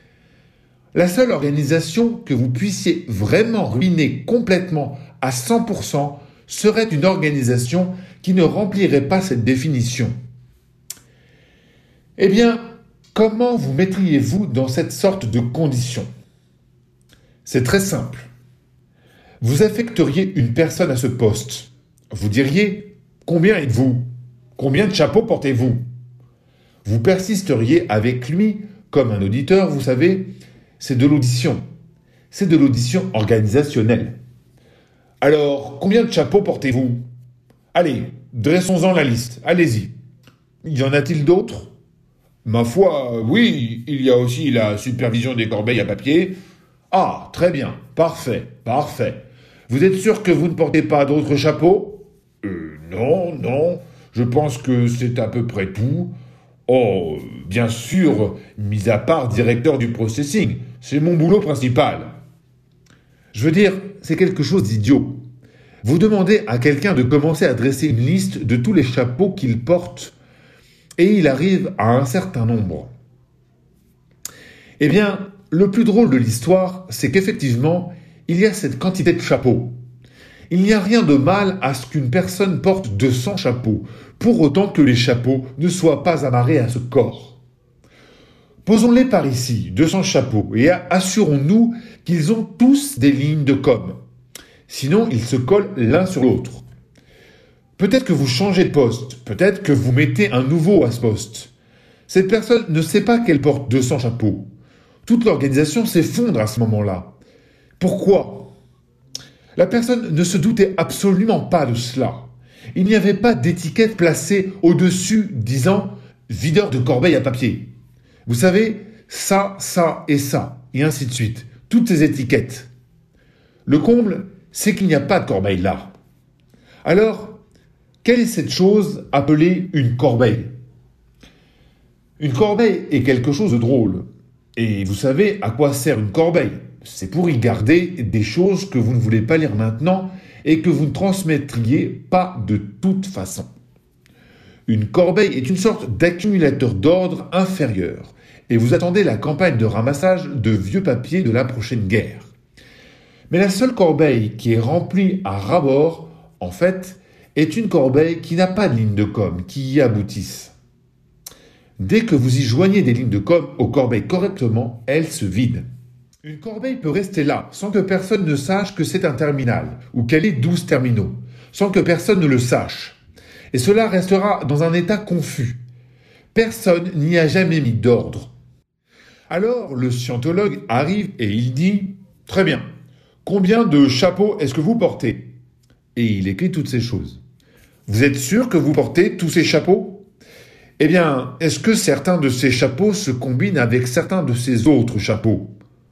La seule organisation que vous puissiez vraiment ruiner complètement à 100%, serait une organisation qui ne remplirait pas cette définition. Eh bien, comment vous mettriez-vous dans cette sorte de condition ? C'est très simple. Vous affecteriez une personne à ce poste. Vous diriez « Combien êtes-vous ? Combien de chapeaux portez-vous » Vous persisteriez avec lui comme un auditeur, vous savez, c'est de l'audition. C'est de l'audition organisationnelle. Alors, combien de chapeaux portez-vous ? Allez, dressons-en la liste, allez-y. Y en a-t-il d'autres ? Ma foi, oui, il y a aussi la supervision des corbeilles à papier. Ah, très bien, parfait. Vous êtes sûr que vous ne portez pas d'autres chapeaux ? Non, je pense que c'est à peu près tout. Oh, bien sûr, mis à part directeur du processing, c'est mon boulot principal. Je veux dire, c'est quelque chose d'idiot. Vous demandez à quelqu'un de commencer à dresser une liste de tous les chapeaux qu'il porte et il arrive à un certain nombre. Eh bien, le plus drôle de l'histoire, c'est qu'effectivement, il y a cette quantité de chapeaux. Il n'y a rien de mal à ce qu'une personne porte 200 chapeaux, pour autant que les chapeaux ne soient pas amarrés à ce corps. Posons-les par ici, 200 chapeaux, et assurons-nous qu'ils ont tous des lignes de com. Sinon, ils se collent l'un sur l'autre. Peut-être que vous changez de poste, peut-être que vous mettez un nouveau à ce poste. Cette personne ne sait pas qu'elle porte 200 chapeaux. Toute l'organisation s'effondre à ce moment-là. Pourquoi ? La personne ne se doutait absolument pas de cela. Il n'y avait pas d'étiquette placée au-dessus disant « videur de corbeille à papier ». Vous savez, ça et ça, et ainsi de suite. Toutes ces étiquettes. Le comble, c'est qu'il n'y a pas de corbeille là. Alors, quelle est cette chose appelée une corbeille? Une corbeille est quelque chose de drôle. Et vous savez à quoi sert une corbeille? C'est pour y garder des choses que vous ne voulez pas lire maintenant et que vous ne transmettriez pas de toute façon. Une corbeille est une sorte d'accumulateur d'ordre inférieur et vous attendez la campagne de ramassage de vieux papiers de la prochaine guerre. Mais la seule corbeille qui est remplie à ras-bord, en fait, est une corbeille qui n'a pas de ligne de com qui y aboutissent. Dès que vous y joignez des lignes de com aux corbeilles correctement, elles se vident. Une corbeille peut rester là, sans que personne ne sache que c'est un terminal, ou qu'elle ait 12 terminaux, sans que personne ne le sache. Et cela restera dans un état confus. Personne n'y a jamais mis d'ordre. Alors, le scientologue arrive et il dit « Très bien, combien de chapeaux est-ce que vous portez ?» Et il écrit toutes ces choses. « Vous êtes sûr que vous portez tous ces chapeaux ? Eh bien, est-ce que certains de ces chapeaux se combinent avec certains de ces autres chapeaux ?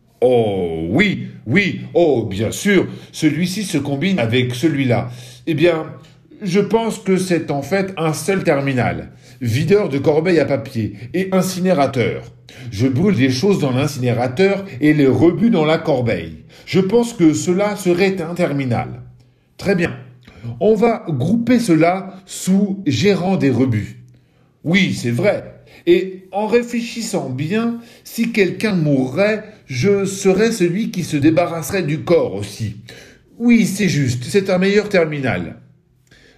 Oh oui, oh bien sûr, celui-ci se combine avec celui-là. Eh bien, je pense que c'est en fait un seul terminal, videur de corbeilles à papier et incinérateur. Je brûle des choses dans l'incinérateur et les rebus dans la corbeille. Je pense que cela serait un terminal. Très bien, on va grouper cela sous gérant des rebus. Oui, c'est vrai. Et en réfléchissant bien, si quelqu'un mourrait, je serais celui qui se débarrasserait du corps aussi. Oui, c'est juste, c'est un meilleur terminal. Voyez ?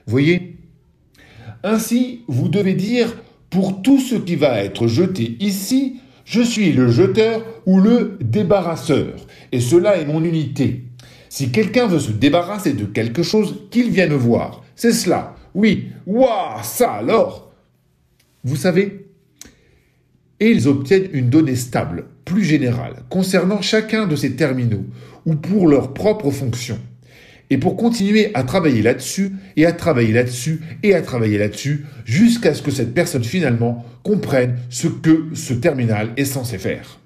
Ainsi, vous devez dire, pour tout ce qui va être jeté ici, je suis le jeteur ou le débarrasseur. Et cela est mon unité. Si quelqu'un veut se débarrasser de quelque chose, qu'il vienne voir. C'est cela. Oui, waouh, ça alors ! Vous savez ? Et ils obtiennent une donnée stable, plus générale, concernant chacun de ces terminaux, ou pour leur propre fonction. Et pour continuer à travailler là-dessus, et à travailler là-dessus, et à travailler là-dessus, jusqu'à ce que cette personne finalement comprenne ce que ce terminal est censé faire.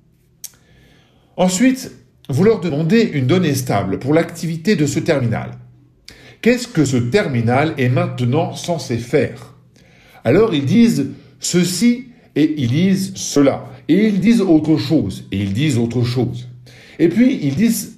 Ensuite, vous leur demandez une donnée stable pour l'activité de ce terminal. Qu'est-ce que ce terminal est maintenant censé faire ? Alors ils disent ceci, et ils disent cela, et ils disent autre chose, et ils disent autre chose. Et puis ils disent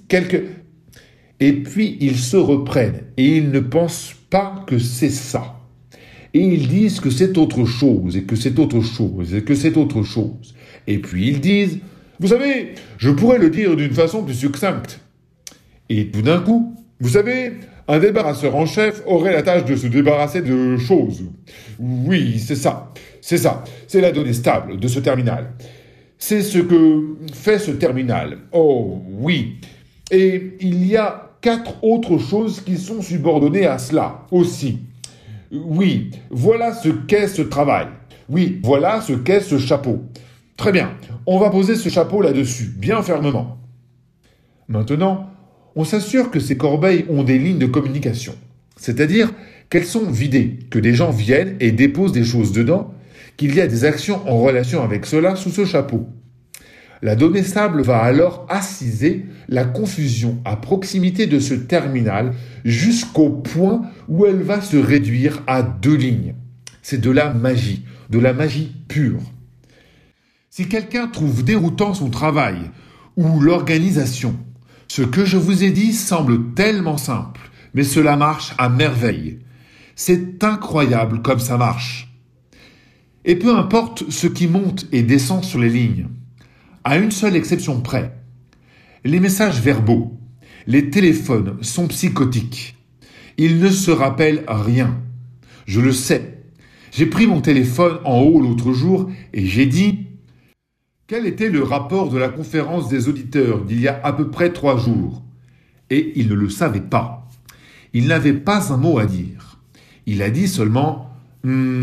Et puis ils se reprennent, et ils ne pensent pas que c'est ça. Et ils disent que c'est autre chose, et que c'est autre chose, et que c'est autre chose. Et puis ils disent, vous savez, je pourrais le dire d'une façon plus succincte. Et tout d'un coup, vous savez, un débarrasseur en chef aurait la tâche de se débarrasser de choses. Oui, c'est ça, c'est la donnée stable de ce terminal. C'est ce que fait ce terminal. Oh, oui. Et il y a 4 autres choses qui sont subordonnées à cela aussi. Oui, voilà ce qu'est ce travail. Oui, voilà ce qu'est ce chapeau. Très bien, on va poser ce chapeau là-dessus, bien fermement. Maintenant, on s'assure que ces corbeilles ont des lignes de communication. C'est-à-dire qu'elles sont vidées, que des gens viennent et déposent des choses dedans, qu'il y a des actions en relation avec cela sous ce chapeau. La donnée stable va alors assiser la confusion à proximité de ce terminal jusqu'au point où elle va se réduire à 2 lignes. C'est de la magie pure. Si quelqu'un trouve déroutant son travail ou l'organisation, ce que je vous ai dit semble tellement simple, mais cela marche à merveille. C'est incroyable comme ça marche. Et peu importe ce qui monte et descend sur les lignes, à une seule exception près, les messages verbaux, les téléphones sont psychotiques. Ils ne se rappellent rien. Je le sais. J'ai pris mon téléphone en haut l'autre jour et j'ai dit « Quel était le rapport de la conférence des auditeurs d'il y a à peu près 3 jours ?» Et il ne le savait pas. Il n'avait pas un mot à dire. Il a dit seulement «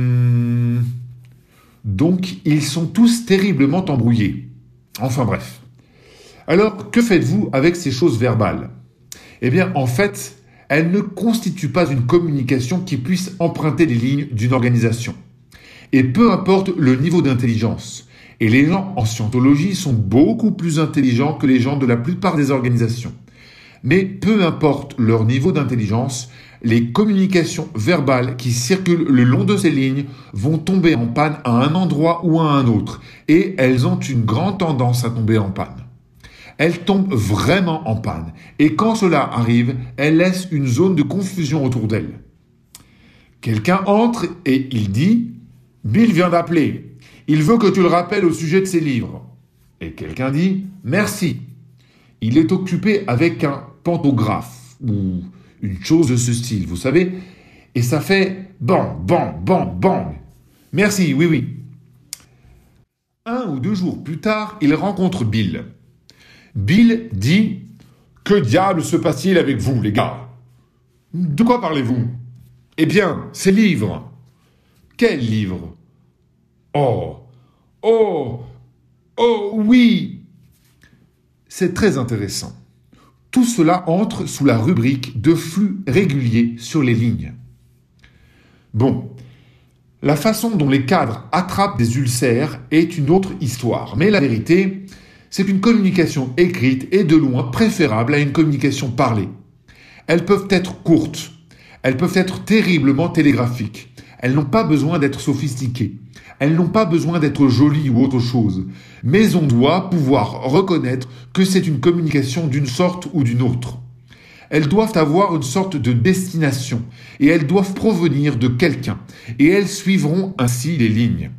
Donc ils sont tous terriblement embrouillés. » Enfin bref. Alors, que faites-vous avec ces choses verbales ? Eh bien, en fait, elles ne constituent pas une communication qui puisse emprunter les lignes d'une organisation. Et peu importe le niveau d'intelligence. Et les gens en scientologie sont beaucoup plus intelligents que les gens de la plupart des organisations. Mais peu importe leur niveau d'intelligence, les communications verbales qui circulent le long de ces lignes vont tomber en panne à un endroit ou à un autre, et elles ont une grande tendance à tomber en panne. Elles tombent vraiment en panne, et quand cela arrive, elles laissent une zone de confusion autour d'elles. Quelqu'un entre et il dit « Bill vient d'appeler. Il veut que tu le rappelles au sujet de ses livres. » Et quelqu'un dit « Merci. Il est occupé avec un pantographe ou une chose de ce style, vous savez. Et ça fait bang, bang, bang, bang. Merci, oui, oui. » 1 ou 2 jours plus tard, il rencontre Bill. Bill dit « Que diable se passe-t-il avec vous, les gars ? De quoi parlez-vous ? Eh bien, ces livres. » « Quels livres ? » Oh, oh, oh, oui. C'est très intéressant. Tout cela entre sous la rubrique de flux régulier sur les lignes. Bon, la façon dont les cadres attrapent des ulcères est une autre histoire, mais la vérité, c'est qu'une communication écrite est de loin préférable à une communication parlée. Elles peuvent être courtes, elles peuvent être terriblement télégraphiques, elles n'ont pas besoin d'être sophistiquées, elles n'ont pas besoin d'être jolies ou autre chose, mais on doit pouvoir reconnaître que c'est une communication d'une sorte ou d'une autre. Elles doivent avoir une sorte de destination, et elles doivent provenir de quelqu'un, et elles suivront ainsi les lignes.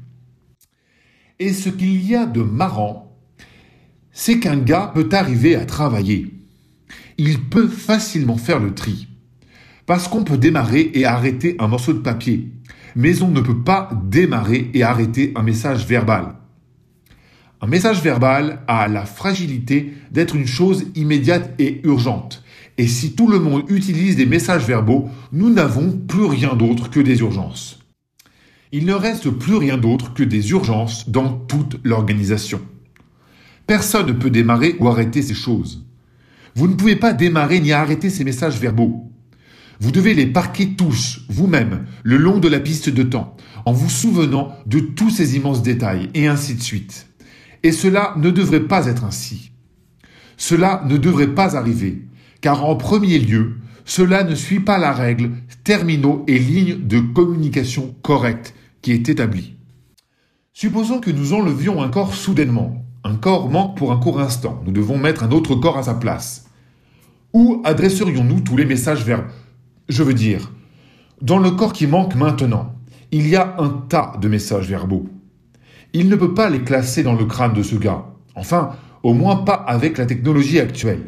Et ce qu'il y a de marrant, c'est qu'un gars peut arriver à travailler. Il peut facilement faire le tri. Parce qu'on peut démarrer et arrêter un morceau de papier, mais on ne peut pas démarrer et arrêter un message verbal. Un message verbal a la fragilité d'être une chose immédiate et urgente. Et si tout le monde utilise des messages verbaux, nous n'avons plus rien d'autre que des urgences. Il ne reste plus rien d'autre que des urgences dans toute l'organisation. Personne ne peut démarrer ou arrêter ces choses. Vous ne pouvez pas démarrer ni arrêter ces messages verbaux. Vous devez les parquer tous, vous-même, le long de la piste de temps, en vous souvenant de tous ces immenses détails, et ainsi de suite. Et cela ne devrait pas être ainsi. Cela ne devrait pas arriver, car en premier lieu, cela ne suit pas la règle terminaux et ligne de communication correcte qui est établie. Supposons que nous enlevions un corps soudainement. Un corps manque pour un court instant. Nous devons mettre un autre corps à sa place. Où adresserions-nous tous les messages verbaux ? Je veux dire, dans le corps qui manque maintenant, il y a un tas de messages verbaux. Il ne peut pas les classer dans le crâne de ce gars. Enfin, au moins pas avec la technologie actuelle.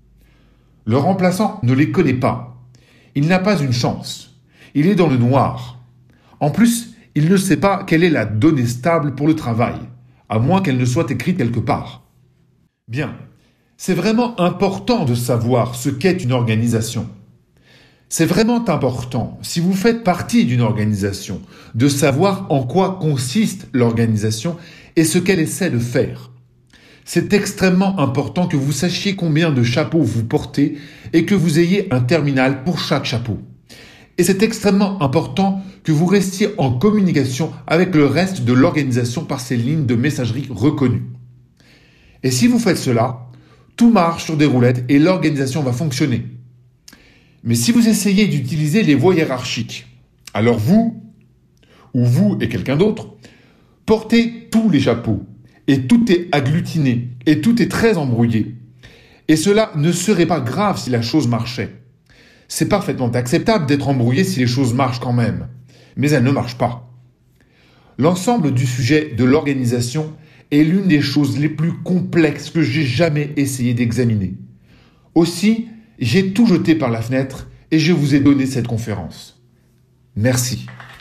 Le remplaçant ne les connaît pas. Il n'a pas une chance. Il est dans le noir. En plus, il ne sait pas quelle est la donnée stable pour le travail, à moins qu'elle ne soit écrite quelque part. Bien, c'est vraiment important de savoir ce qu'est une organisation. C'est vraiment important, si vous faites partie d'une organisation, de savoir en quoi consiste l'organisation et ce qu'elle essaie de faire. C'est extrêmement important que vous sachiez combien de chapeaux vous portez et que vous ayez un terminal pour chaque chapeau. Et c'est extrêmement important que vous restiez en communication avec le reste de l'organisation par ces lignes de messagerie reconnues. Et si vous faites cela, tout marche sur des roulettes et l'organisation va fonctionner. Mais si vous essayez d'utiliser les voies hiérarchiques, alors vous, ou vous et quelqu'un d'autre, portez tous les chapeaux, et tout est agglutiné, et tout est très embrouillé. Et cela ne serait pas grave si la chose marchait. C'est parfaitement acceptable d'être embrouillé si les choses marchent quand même, mais elles ne marchent pas. L'ensemble du sujet de l'organisation est l'une des choses les plus complexes que j'ai jamais essayé d'examiner. Aussi, j'ai tout jeté par la fenêtre et je vous ai donné cette conférence. Merci.